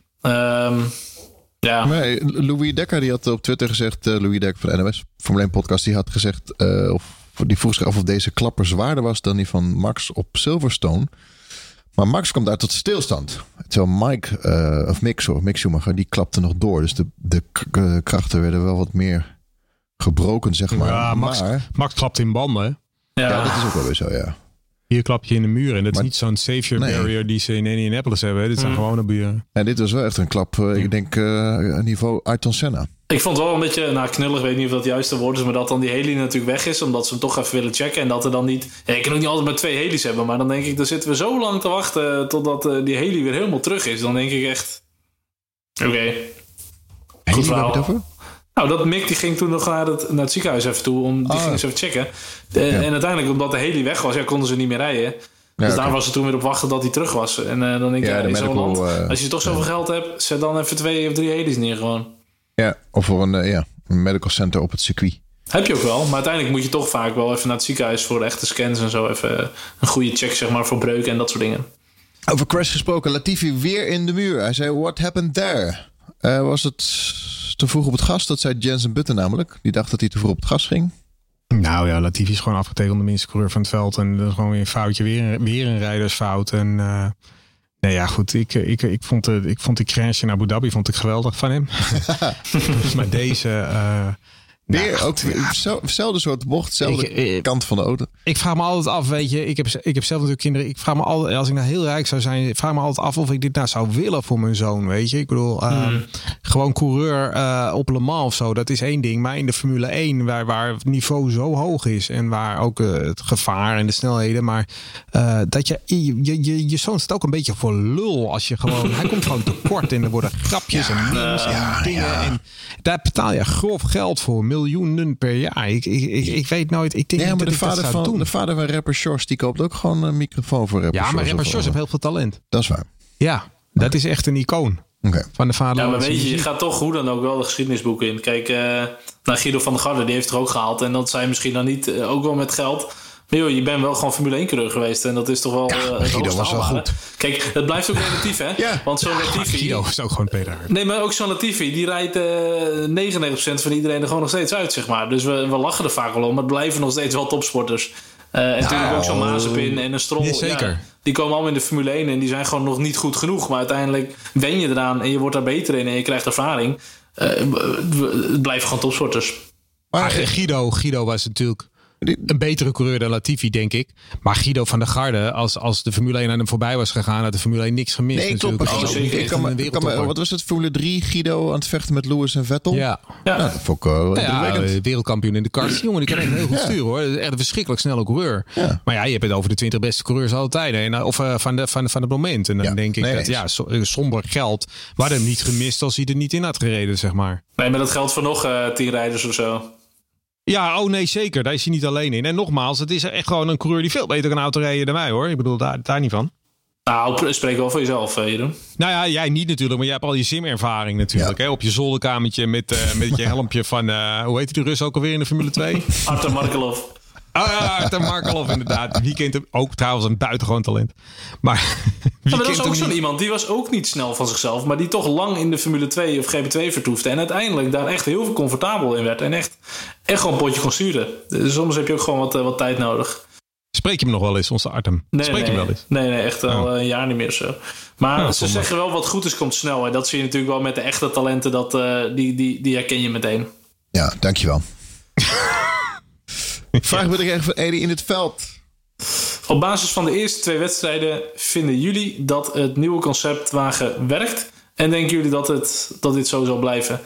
Um, ja. Nee, Louis Dekker die had op Twitter gezegd, uh, Louis Dekker van de N O S Formule één podcast, die had gezegd, uh, of die vroeg zich af of deze klapper zwaarder was dan die van Max op Silverstone. Maar Max komt uit tot stilstand. Terwijl Mike, uh, of Mick, sorry, Mick Schumacher, die klapte nog door. Dus de, de k- uh, krachten werden wel wat meer gebroken, zeg maar. Ja, Max, maar, Max klapt in banden, hè? Ja. ja, dat is ook wel weer zo, ja. Hier klap je in de muur. En dat maar, is niet zo'n savior nee. barrier die ze in Indianapolis hebben. Hè? Dit zijn mm. gewone buren. En dit was wel echt een klap, uh, ik denk, uh, niveau Ayrton Senna. Ik vond het wel een beetje, nou knullig, weet niet of dat het juiste woord is, maar dat dan die heli natuurlijk weg is, omdat ze hem toch even willen checken. En dat er dan niet, ja, je kan ook niet altijd maar twee helis hebben, maar dan denk ik, dan zitten we zo lang te wachten totdat uh, die heli weer helemaal terug is. Dan denk ik echt, oké. Okay. Goed verhaal. Nou, dat Mick die ging toen nog naar het, naar het ziekenhuis even toe, om die oh. ging eens even checken. De, ja. En uiteindelijk, omdat de heli weg was, ja, konden ze niet meer rijden. Dus ja, daar okay. was ze toen weer op wachten dat hij terug was. En uh, dan denk ik, ja, ja, in zo'n land, uh, als je toch zoveel ja. geld hebt, zet dan even twee of drie helis neer gewoon. Ja, of voor een, uh, ja, een medical center op het circuit. Heb je ook wel, maar uiteindelijk moet je toch vaak wel even naar het ziekenhuis voor echte scans en zo. Even een goede check, zeg maar, voor breuken en dat soort dingen. Over crash gesproken, Latifi weer in de muur. Hij zei, what happened there? Uh, was het te vroeg op het gas? Dat zei Jensen Button namelijk. Die dacht dat hij te vroeg op het gas ging. Nou ja, Latifi is gewoon afgetekend de minste coureur van het veld. En dat is gewoon weer een foutje, weer, weer een rijdersfout. En uh, nee ja, goed. Ik, ik, ik, vond de, ik vond die crash in Abu Dhabi vond ik geweldig van hem. Maar deze... Uh, Weer nou, ook hetzelfde soort bocht, hetzelfde ik, kant van de auto. Ik vraag me altijd af, weet je, ik heb, ik heb zelf natuurlijk kinderen. Ik vraag me altijd, als ik nou heel rijk zou zijn, ik vraag me altijd af of ik dit nou zou willen voor mijn zoon, weet je. Ik bedoel, uh, mm. gewoon coureur uh, op Le Mans of zo, dat is één ding. Maar in de Formule één, waar, waar het niveau zo hoog is en waar ook uh, het gevaar en de snelheden, maar uh, dat je, je, je, je zoon staat ook een beetje voor lul als je gewoon, hij komt gewoon tekort en er worden grapjes ja, en memes uh, en ja, dingen. Ja. En daar betaal je grof geld voor, miljoenen per jaar. Ik, ik, ik, ik weet nooit. Ik denk ja, maar dat de ik vader dat van doen. de vader van rapper Shores die koopt ook gewoon een microfoon voor rapper Ja, maar Shores rapper Shores heeft heel veel talent. Dat is waar. Ja, dat okay. is echt een icoon. Okay. Van de vader. Ja, maar weet je, je gaat toch hoe dan ook wel de geschiedenisboeken in. Kijk, uh, nou, Guido van der Garde, die heeft er ook gehaald. En dat zijn misschien dan niet, uh, ook wel met geld. Maar joh, je bent wel gewoon Formule één coureur geweest. En dat is toch wel... Ja, uh, het Guido was wel goed. Kijk, het blijft ook relatief, hè? Ja. Want zo'n Latifi... Guido is ook gewoon Peter. Nee, maar ook zo'n Latifi, die rijdt uh, negenennegentig procent van iedereen er gewoon nog steeds uit, zeg maar. Dus we, we lachen er vaak wel om, maar het blijven nog steeds wel topsporters. Uh, en nou, natuurlijk ook zo'n Mazepin en een Stroll. Ja, zeker. Ja, die komen allemaal in de Formule één en die zijn gewoon nog niet goed genoeg. Maar uiteindelijk wen je eraan en je wordt daar beter in en je krijgt ervaring. Uh, het blijven gewoon topsporters. Maar Guido, Guido was natuurlijk een betere coureur dan Latifi, denk ik. Maar Guido van der Garde, als, als de Formule één aan hem voorbij was gegaan, had de Formule één niks gemist. Nee, klopt. natuurlijk. Oh, Hij is ook ik echt kan me- een ik kan me- wereldtopper. wat was het? Formule drie, Guido aan het vechten met Lewis en Vettel? Ja. Ja. Nou, dat vond ik uh, Nou ja, indrukwekkend. wereldkampioen in de karts. Jongen, die kan echt heel goed Ja. sturen, hoor. Dat is echt een verschrikkelijk snelle coureur. Ja. Maar ja, je hebt het over de twintig beste coureurs aller tijden. En, of uh, van, de, van, de, van het moment. En dan Ja. denk ik Nee, dat, eens. ja, so- somber geld. We hadden hem niet gemist als hij er niet in had gereden, zeg maar. Nee, maar dat geldt voor nog uh, tien rijders of zo. Ja, oh nee, zeker. Daar is hij niet alleen in. En nogmaals, het is echt gewoon een coureur die veel beter kan autorijden dan mij, hoor. Ik bedoel, daar, daar niet van. Nou, spreek wel voor jezelf, uh, Jeroen. Nou ja, jij niet natuurlijk, maar jij hebt al je simervaring natuurlijk. Ja. Hè? Op je zolderkamertje met, uh, met je helmpje van, uh, hoe heet die Rus ook alweer in de Formule twee? Artem Markelov. Ah ja, Artem Markelov inderdaad. Wie kent hem? Ook trouwens een buitengewoon talent. Maar wie Ja, maar dat kent was ook hem zo'n niet? iemand, die was ook niet snel van zichzelf, maar die toch lang in de Formule twee of G P twee vertoefde en uiteindelijk daar echt heel veel comfortabel in werd en echt, echt gewoon een potje kon sturen. Dus soms heb je ook gewoon wat, uh, wat tijd nodig. Spreek je hem nog wel eens, onze Artem? Nee, Spreek je nee, hem wel eens? nee, nee, echt al Oh. een jaar niet meer zo. Maar Ja, ze zonde. zeggen wel wat goed is komt snel. En dat zie je natuurlijk wel met de echte talenten, dat, uh, die, die, die herken je meteen. Ja, dankjewel. Vraag wil ik even van Eddie in het veld. Op basis van de eerste twee wedstrijden vinden jullie dat het nieuwe conceptwagen werkt? En denken jullie dat, het, dat dit zo zal blijven?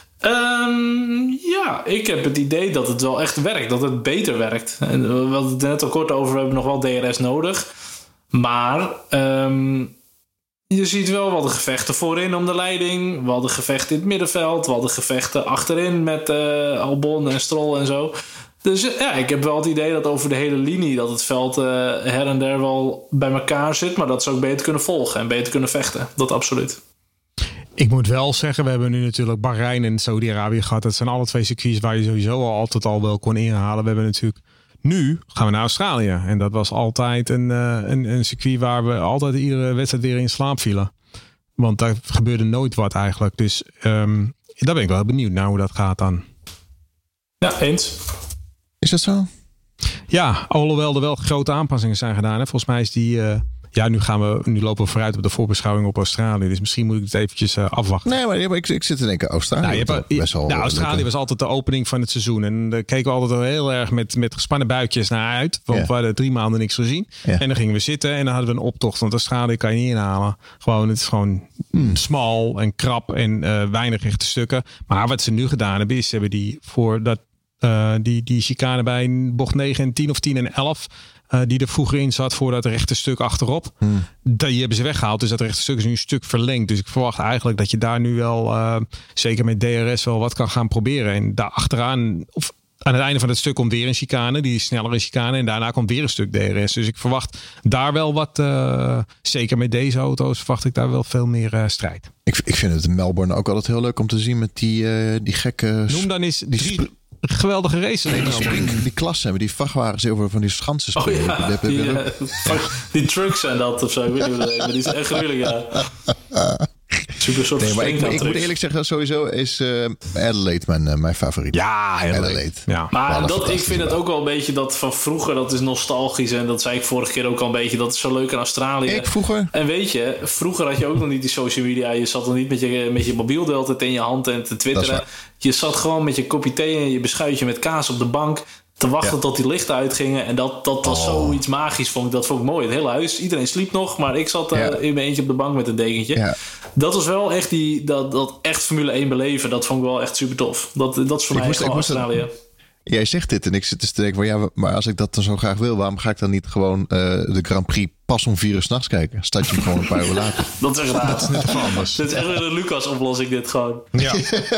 Um, ja, ik heb het idee dat het wel echt werkt. Dat het beter werkt. En we hadden het er net al kort over. We hebben nog wel D R S nodig. Maar um, je ziet wel wel de gevechten voorin om de leiding. We hadden gevechten in het middenveld. We hadden gevechten achterin met uh, Albon en Stroll en zo. Dus ja, ik heb wel het idee dat over de hele linie dat het veld uh, her en der wel bij elkaar zit. Maar dat ze ook beter kunnen volgen en beter kunnen vechten. Dat absoluut. Ik moet wel zeggen, we hebben nu natuurlijk Bahrein en Saudi-Arabië gehad. Dat zijn alle twee circuits waar je sowieso al altijd al wel kon inhalen. We hebben natuurlijk, nu gaan we naar Australië. En dat was altijd een, uh, een, een circuit waar we altijd iedere wedstrijd weer in slaap vielen. Want daar gebeurde nooit wat eigenlijk. Dus um, daar ben ik wel benieuwd naar hoe dat gaat dan. Ja, eens. Is dat zo? Ja, alhoewel er wel grote aanpassingen zijn gedaan. Hè. Volgens mij is die... Uh, ja, nu, gaan we, nu lopen we vooruit op de voorbeschouwing op Australië. Dus misschien moet ik het eventjes uh, afwachten. Nee, maar ik, ik zit te denken, Australië. Nou, je hebt, best wel nou, Australië leuke. was altijd de opening van het seizoen. En daar keken we altijd wel heel erg met, met gespannen buikjes naar uit. Want Ja. we hadden drie maanden niks gezien. Ja. En dan gingen we zitten en dan hadden we een optocht. Want Australië kan je niet inhalen. Gewoon, het is gewoon Hmm. smal en krap en uh, weinig rechte stukken. Maar wat ze nu gedaan hebben, is ze hebben die voor dat, uh, die, die chicane bij bocht negen en tien of tien en elf... Uh, die er vroeger in zat voor dat rechte stuk achterop. Hmm. Die hebben ze weggehaald. Dus dat rechte stuk is nu een stuk verlengd. Dus ik verwacht eigenlijk dat je daar nu wel, uh, zeker met D R S, wel wat kan gaan proberen. En daar achteraan, of aan het einde van het stuk komt weer een chicane. Die snellere chicane. En daarna komt weer een stuk D R S. Dus ik verwacht daar wel wat, uh, zeker met deze auto's, verwacht ik daar wel veel meer uh, strijd. Ik, ik vind het in Melbourne ook altijd heel leuk om te zien met die, uh, die gekke... Noem dan eens die drie... sp- geweldige races. Nee, die, spring, die klasse hebben, die vrachtwagens over van die schansen Oh springen. ja, Die- die- die, die- uh, die trucks en dat of zo. Ik weet niet hoe dat heet, maar die zijn echt gruwelijk, ja. Super soort Nee, maar ik, ik moet springtrucks. eerlijk zeggen, sowieso is uh, Adelaide mijn, uh, mijn favoriet. Ja, heel Adelaide. leuk. Ja. Maar Ja, dat is dat, ik fantastisch vind het wel. ook wel een beetje dat van vroeger, dat is nostalgisch. En dat zei ik vorige keer ook al een beetje. Dat is zo leuk in Australië. Ik vroeger? En weet je, vroeger had je ook nog niet die social media. Je zat nog niet met je, met je mobiel de hele tijd in je hand en te twitteren. Dat is Je zat gewoon met je kopje thee en je beschuitje met kaas op de bank te wachten Ja. tot die lichten uitgingen. En dat, dat was Oh. zoiets magisch, vond ik. Dat vond ik mooi. Het hele huis, iedereen sliep nog, maar ik zat uh, Ja. in mijn eentje op de bank met een dekentje. Ja. Dat was wel echt die, dat, dat echt Formule één beleven. Dat vond ik wel echt super tof. Dat, dat is voor Ik mij moest- gewoon ik moest Australië. Jij zegt dit en ik zit dus te denken, van, ja, maar als ik dat dan zo graag wil, waarom ga ik dan niet gewoon uh, de Grand Prix pas om vier uur 's nachts kijken? Start je hem gewoon een paar uur later. Dat is echt raar. Dat is net even anders. Dit is echt weer een Lucas-oplossing, dit gewoon. Ja.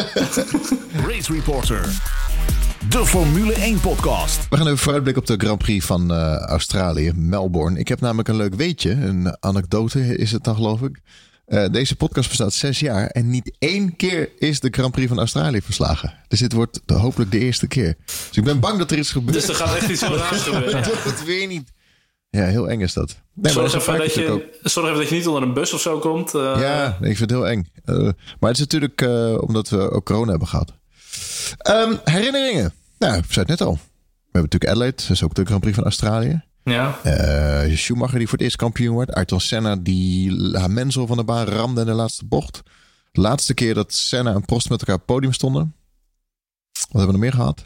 Race Reporter, de Formule één podcast. We gaan even vooruitblikken op de Grand Prix van uh, Australië, Melbourne. Ik heb namelijk een leuk weetje, een anekdote is het dan geloof ik. Uh, deze podcast bestaat zes jaar en niet één keer is de Grand Prix van Australië verslagen. Dus dit wordt de, hopelijk de eerste keer. Dus ik ben bang dat er iets gebeurt. Dus er gaat echt iets heel raars gebeuren. Ja. Dat het weer niet. Ja, heel eng is dat. Nee, Zorg, dat is even vaak dat natuurlijk je, zorg even dat je niet onder een bus of zo komt. Uh, Ja, nee, ik vind het heel eng. Uh, maar het is natuurlijk uh, omdat we ook corona hebben gehad. Um, herinneringen. Nou, ik zei het net al. We hebben natuurlijk Adelaide, dat is ook de Grand Prix van Australië. Ja. Uh, Schumacher die voor het eerst kampioen wordt. Ayrton Senna die Menzel van de baan ramde in de laatste bocht. De laatste keer dat Senna en Prost met elkaar op het podium stonden. Wat hebben we nog meer gehad?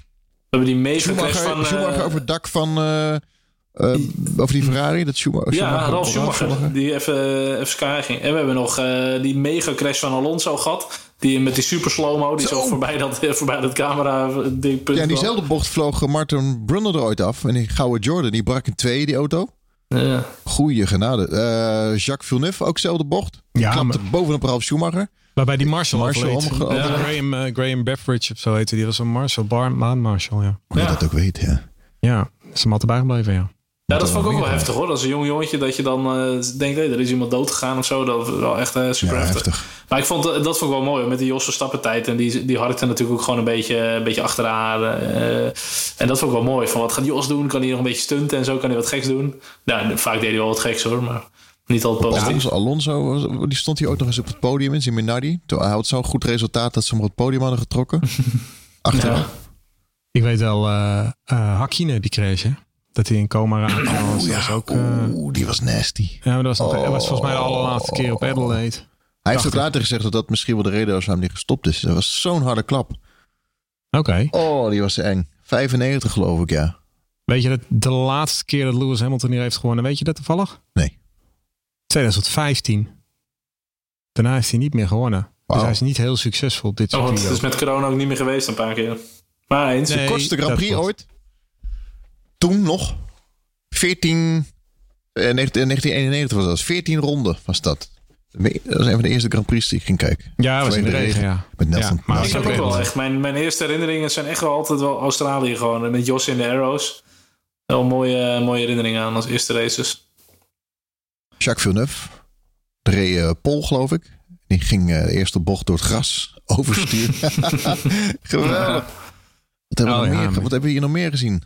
We hebben die mega crash Schumacher, van... Uh, Schumacher over het dak van... Uh, uh, over die Ferrari. Dat Schumacher, ja, Schumacher, Ralf Schumacher. Schumacher. Die even, even Sky ging. En we hebben nog uh, die mega crash van Alonso gehad. Die met die super slow-mo. Die zo, zo voorbij, dat, voorbij dat camera. Die punt ja, in diezelfde bocht vloog Martin Brundle er ooit af. En die gouden Jordan, die brak in twee, die auto. Ja. Goeie genade. Uh, Jacques Villeneuve, ook dezelfde bocht. Ja, klapte maar... bovenop Ralf Schumacher. Waarbij die Marshall, Marshall Marshall omge- ja. Graham, uh, Graham Beveridge of zo heette. Die was een Marshall, Bar, Maan Marshall, ja. Hoe je Ja. dat ook weet, ja. Ja, is hem altijd bijgebleven, ja. Ja, dat vond ik ook wel meer, heftig hoor. Als een jong jongetje dat je dan uh, denkt, hey, er is iemand dood gegaan of zo. Dat is wel echt uh, super Ja, heftig. heftig. Maar ik vond dat vond ik wel mooi met die Jos Verstappen tijd. En die, die harkte natuurlijk ook gewoon een beetje, een beetje achter haar. Uh, en dat vond ik wel mooi. Van wat gaat Jos doen? Kan hij nog een beetje stunten en zo? Kan hij wat geks doen? Nou, vaak deed hij wel wat geks hoor. Maar niet altijd positief. Alonso, Alonso, die stond hier ook nog eens op het podium in Minardi. Hij had zo'n goed resultaat dat ze hem op het podium hadden getrokken. Achteraf. Ja. Ik weet wel, uh, uh, Hakkinen, die crash, hè? Dat hij in coma raakte. Oh, dat ja. was ook, uh, Oeh, die was nasty. ja, maar dat was, nog, Oh. dat was volgens mij de allerlaatste keer op Adelaide. Hij heeft ook ik. later gezegd dat dat misschien wel de reden was waarom hij gestopt is. Dat was zo'n harde klap. Oké. Okay. Oh, die was eng. vijfennegentig geloof ik, ja. Weet je dat de laatste keer dat Lewis Hamilton hier heeft gewonnen, weet je dat toevallig? Nee. twintig vijftien. Daarna heeft hij niet meer gewonnen. Wow. Dus hij is niet heel succesvol op dit Oh, want circuit. het is met corona ook niet meer geweest een paar keer. Maar eens. Nee. De kortste Grand dat Prix klopt. ooit. Toen nog. veertien... Eh, negentien eenennegentig was dat. veertien ronden was dat. Dat was een van de eerste Grand Prix die ik ging kijken. Ja, was in de Vanwege regen, ja. Met Nelson. Ja, maar Ik dat heb is ook ook wel echt- echt. Mijn, mijn eerste herinneringen zijn echt wel altijd wel Australië gewoon. Met Jos in de Arrows. Wel mooie, mooie herinneringen aan als eerste races. Jacques Villeneuve. De reed uh, Pol, geloof ik. Die ging uh, de eerste bocht door het gras oversturen. Geweldig. Wat hebben, we Oh, nog ja, meer, maar- wat hebben we hier nog meer gezien?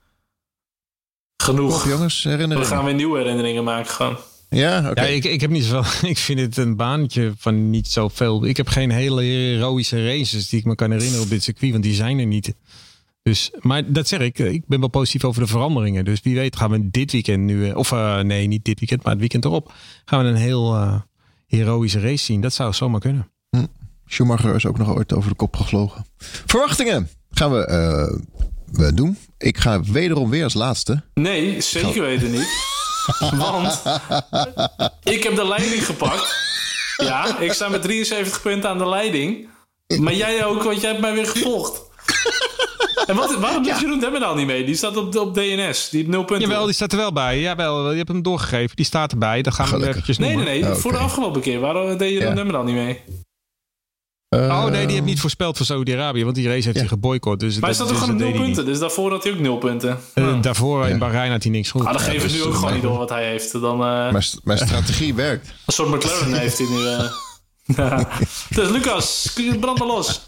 Genoeg. Kom, jongens, We herinneringen. gaan weer nieuwe herinneringen maken gewoon. Ja, oké. Ja, ik, ik heb niet zoveel. Ik vind het een baantje van niet zoveel. Ik heb geen hele heroïsche races die ik me kan herinneren op dit circuit, want die zijn er niet. Dus, maar dat zeg ik, ik ben wel positief over de veranderingen. Dus wie weet gaan we dit weekend nu, of uh, nee, niet dit weekend, maar het weekend erop, gaan we een heel uh, heroïsche race zien. Dat zou zomaar kunnen. Hm. Schumacher is ook nog ooit over de kop gevlogen. Verwachtingen gaan we, uh, we doen. Ik ga wederom weer als laatste. Nee, zeker weten niet. Want ik heb de leiding gepakt. Ja, ik sta met drieënzeventig punten aan de leiding. Maar jij ook, want jij hebt mij weer gevolgd. En wat, waarom doet Jeroen Demmerdaal niet mee? Die staat op, op D N S. Die heeft nul punten. Jawel, die staat er wel bij. Jawel, je hebt hem doorgegeven. Die staat erbij. Dat gaan we Gelukkig. eventjes Nee, noemen. nee, nee. Oh, Voor de oké. afgelopen keer. Waarom deed Jeroen Ja. Demmerdaal niet mee? Uh, Oh nee, die heeft niet voorspeld voor Saudi-Arabië, want die race heeft Ja. hij geboycott. Dus Maar hij dat- staat dus ook gewoon op dat nul deed hij punten. Dus daarvoor had hij ook nul punten. niet. Uh, Ja. daarvoor in Bahrein had hij niks goed. Ah, dan geven we dus, nu ook uh, gewoon niet mijn- door wat hij heeft. Dan, uh, mijn, mijn strategie werkt. een soort McLaren heeft hij nu. Uh. Ja. Dus Lucas, brand maar los.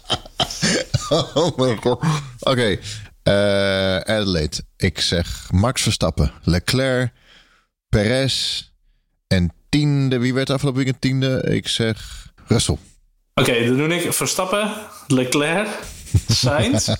Oh mijn god. Oké. Okay. Uh, Adelaide. Ik zeg Max Verstappen. Leclerc. Perez. En tiende. Wie werd afgelopen weekend tiende? Ik zeg Russell. Oké, okay, dan doe ik Verstappen, Leclerc, Sainz.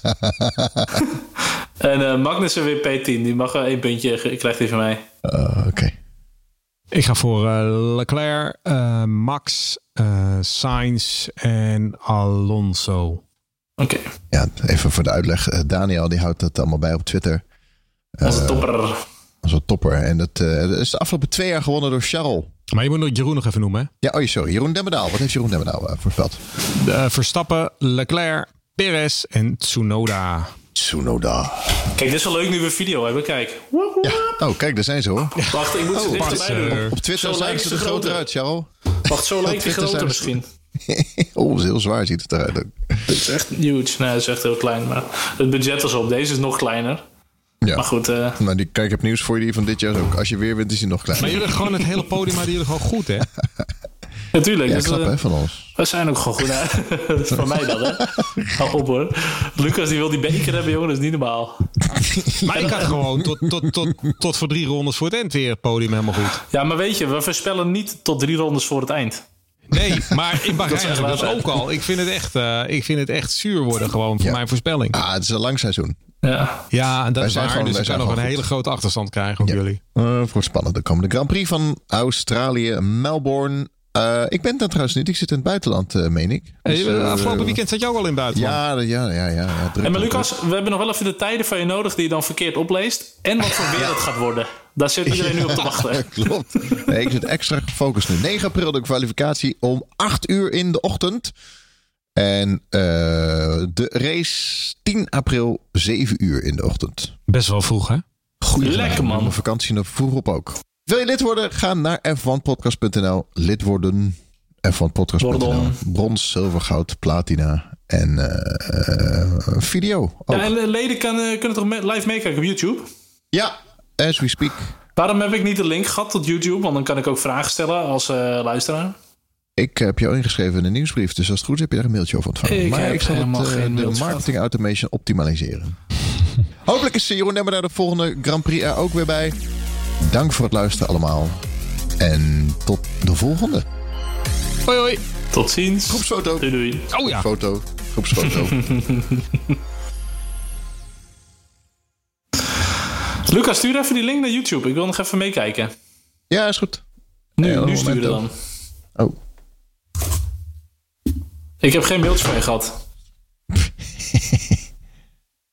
en uh, Magnussen weer P tien. Die mag wel één puntje, krijgt hij van mij. Uh, Oké. Okay. Ik ga voor uh, Leclerc, uh, Max, uh, Sainz en Alonso. Oké. Okay. Ja, even voor de uitleg. Uh, Daniel die houdt dat allemaal bij op Twitter. Onze uh, topper. Onze topper. En dat, uh, dat is de afgelopen twee jaar gewonnen door Charles. Maar je moet nog Jeroen nog even noemen, hè? Ja, oh sorry. Jeroen Demmerdaal. Wat heeft Jeroen Demmerdaal uh, voorspeld? Uh, Verstappen, Leclerc, Perez en Tsunoda. Tsunoda. Kijk, dit is wel leuk nu we video hebben. Kijk. Ja. Oh, kijk, daar zijn ze hoor. Wacht, ik moet ze Oh, dichterbij doen. Op Twitter Zo zijn lijkt ze ze er groter groter. uit, Charles. Wacht, zo lijkt die Twitter groter zijn misschien. Oh, dat is heel zwaar ziet het eruit. Dit is echt huge. Nee, dat is echt heel klein. Maar het budget was op. Deze is nog kleiner. Ja. Maar goed. Uh... Nou, die, kijk, ik heb nieuws voor je. Die van dit jaar ook. Als je weer wint, is hij nog kleiner. Maar jullie gewoon het hele podium, maar jullie gewoon goed, hè? Natuurlijk. Ja, dus, knap uh, hè, van ons. we zijn ook gewoon goed. Hè? Dat is van mij dan, hè? Hou op hoor. Lucas die wil die beker hebben, jongen. Dat is niet normaal. Maar ik had gewoon tot, tot, tot, tot voor drie rondes voor het eind weer het podium helemaal goed. Ja, maar weet je, we voorspellen niet tot drie rondes voor het eind. Nee, maar in Dat is Bahrein echt dus waar. ook al. Ik vind het echt, uh, ik vind het echt zuur worden gewoon voor Ja. mijn voorspelling. Ah, het is een lang seizoen. Ja. Ja, en dat Wij is zijn waar. gewoon- Dus wij ik zijn kan nog een gewoon hele goed. grote achterstand krijgen op Ja. jullie. Uh, voor spannend. Dan komen de Grand Prix van Australië, Melbourne, Uh, ik ben daar trouwens niet. Ik zit in het buitenland, uh, meen ik. Dus, uh, afgelopen weekend zat je ook al in het buitenland. Ja, ja, ja. ja, ja druk, en maar druk, Lucas, druk. we hebben nog wel even de tijden van je nodig die je dan verkeerd opleest. En wat voor weer het gaat worden. Daar zit iedereen nu op te wachten. Ja, klopt. Nee, ik zit extra gefocust nu. negen april de kwalificatie om acht uur in de ochtend. En uh, de race tien april, zeven uur in de ochtend. Best wel vroeg, hè? Goeie Lekker, man. Mijn vakantie nog vroeg op ook. Wil je lid worden? Ga naar f one podcast punt n l. Lid worden. f one podcast punt n l. Brons, zilver, goud, platina. En uh, uh, video. Ook. Ja, en leden kan, uh, kunnen toch live meekijken op YouTube? Ja, as we speak. Waarom heb ik niet de link gehad tot YouTube? Want dan kan ik ook vragen stellen als uh, luisteraar. Ik heb jou ingeschreven in een nieuwsbrief. Dus als het goed is heb je daar een mailtje over ontvangen. Ik maar ik zal het, uh, de marketing gehad. automation optimaliseren. Hopelijk is Jeroen Demmerda de volgende Grand Prix er ook weer bij. Dank voor het luisteren allemaal. En tot de volgende. Hoi hoi. Tot ziens. Groepsfoto. Doei doei. Oh ja. Foto. Groepsfoto. Lucas, stuur even die link naar YouTube. Ik wil nog even meekijken. Ja, is goed. Nu, Ja, nu sturen moment dan. Oh. Ik heb geen mailtje van je gehad.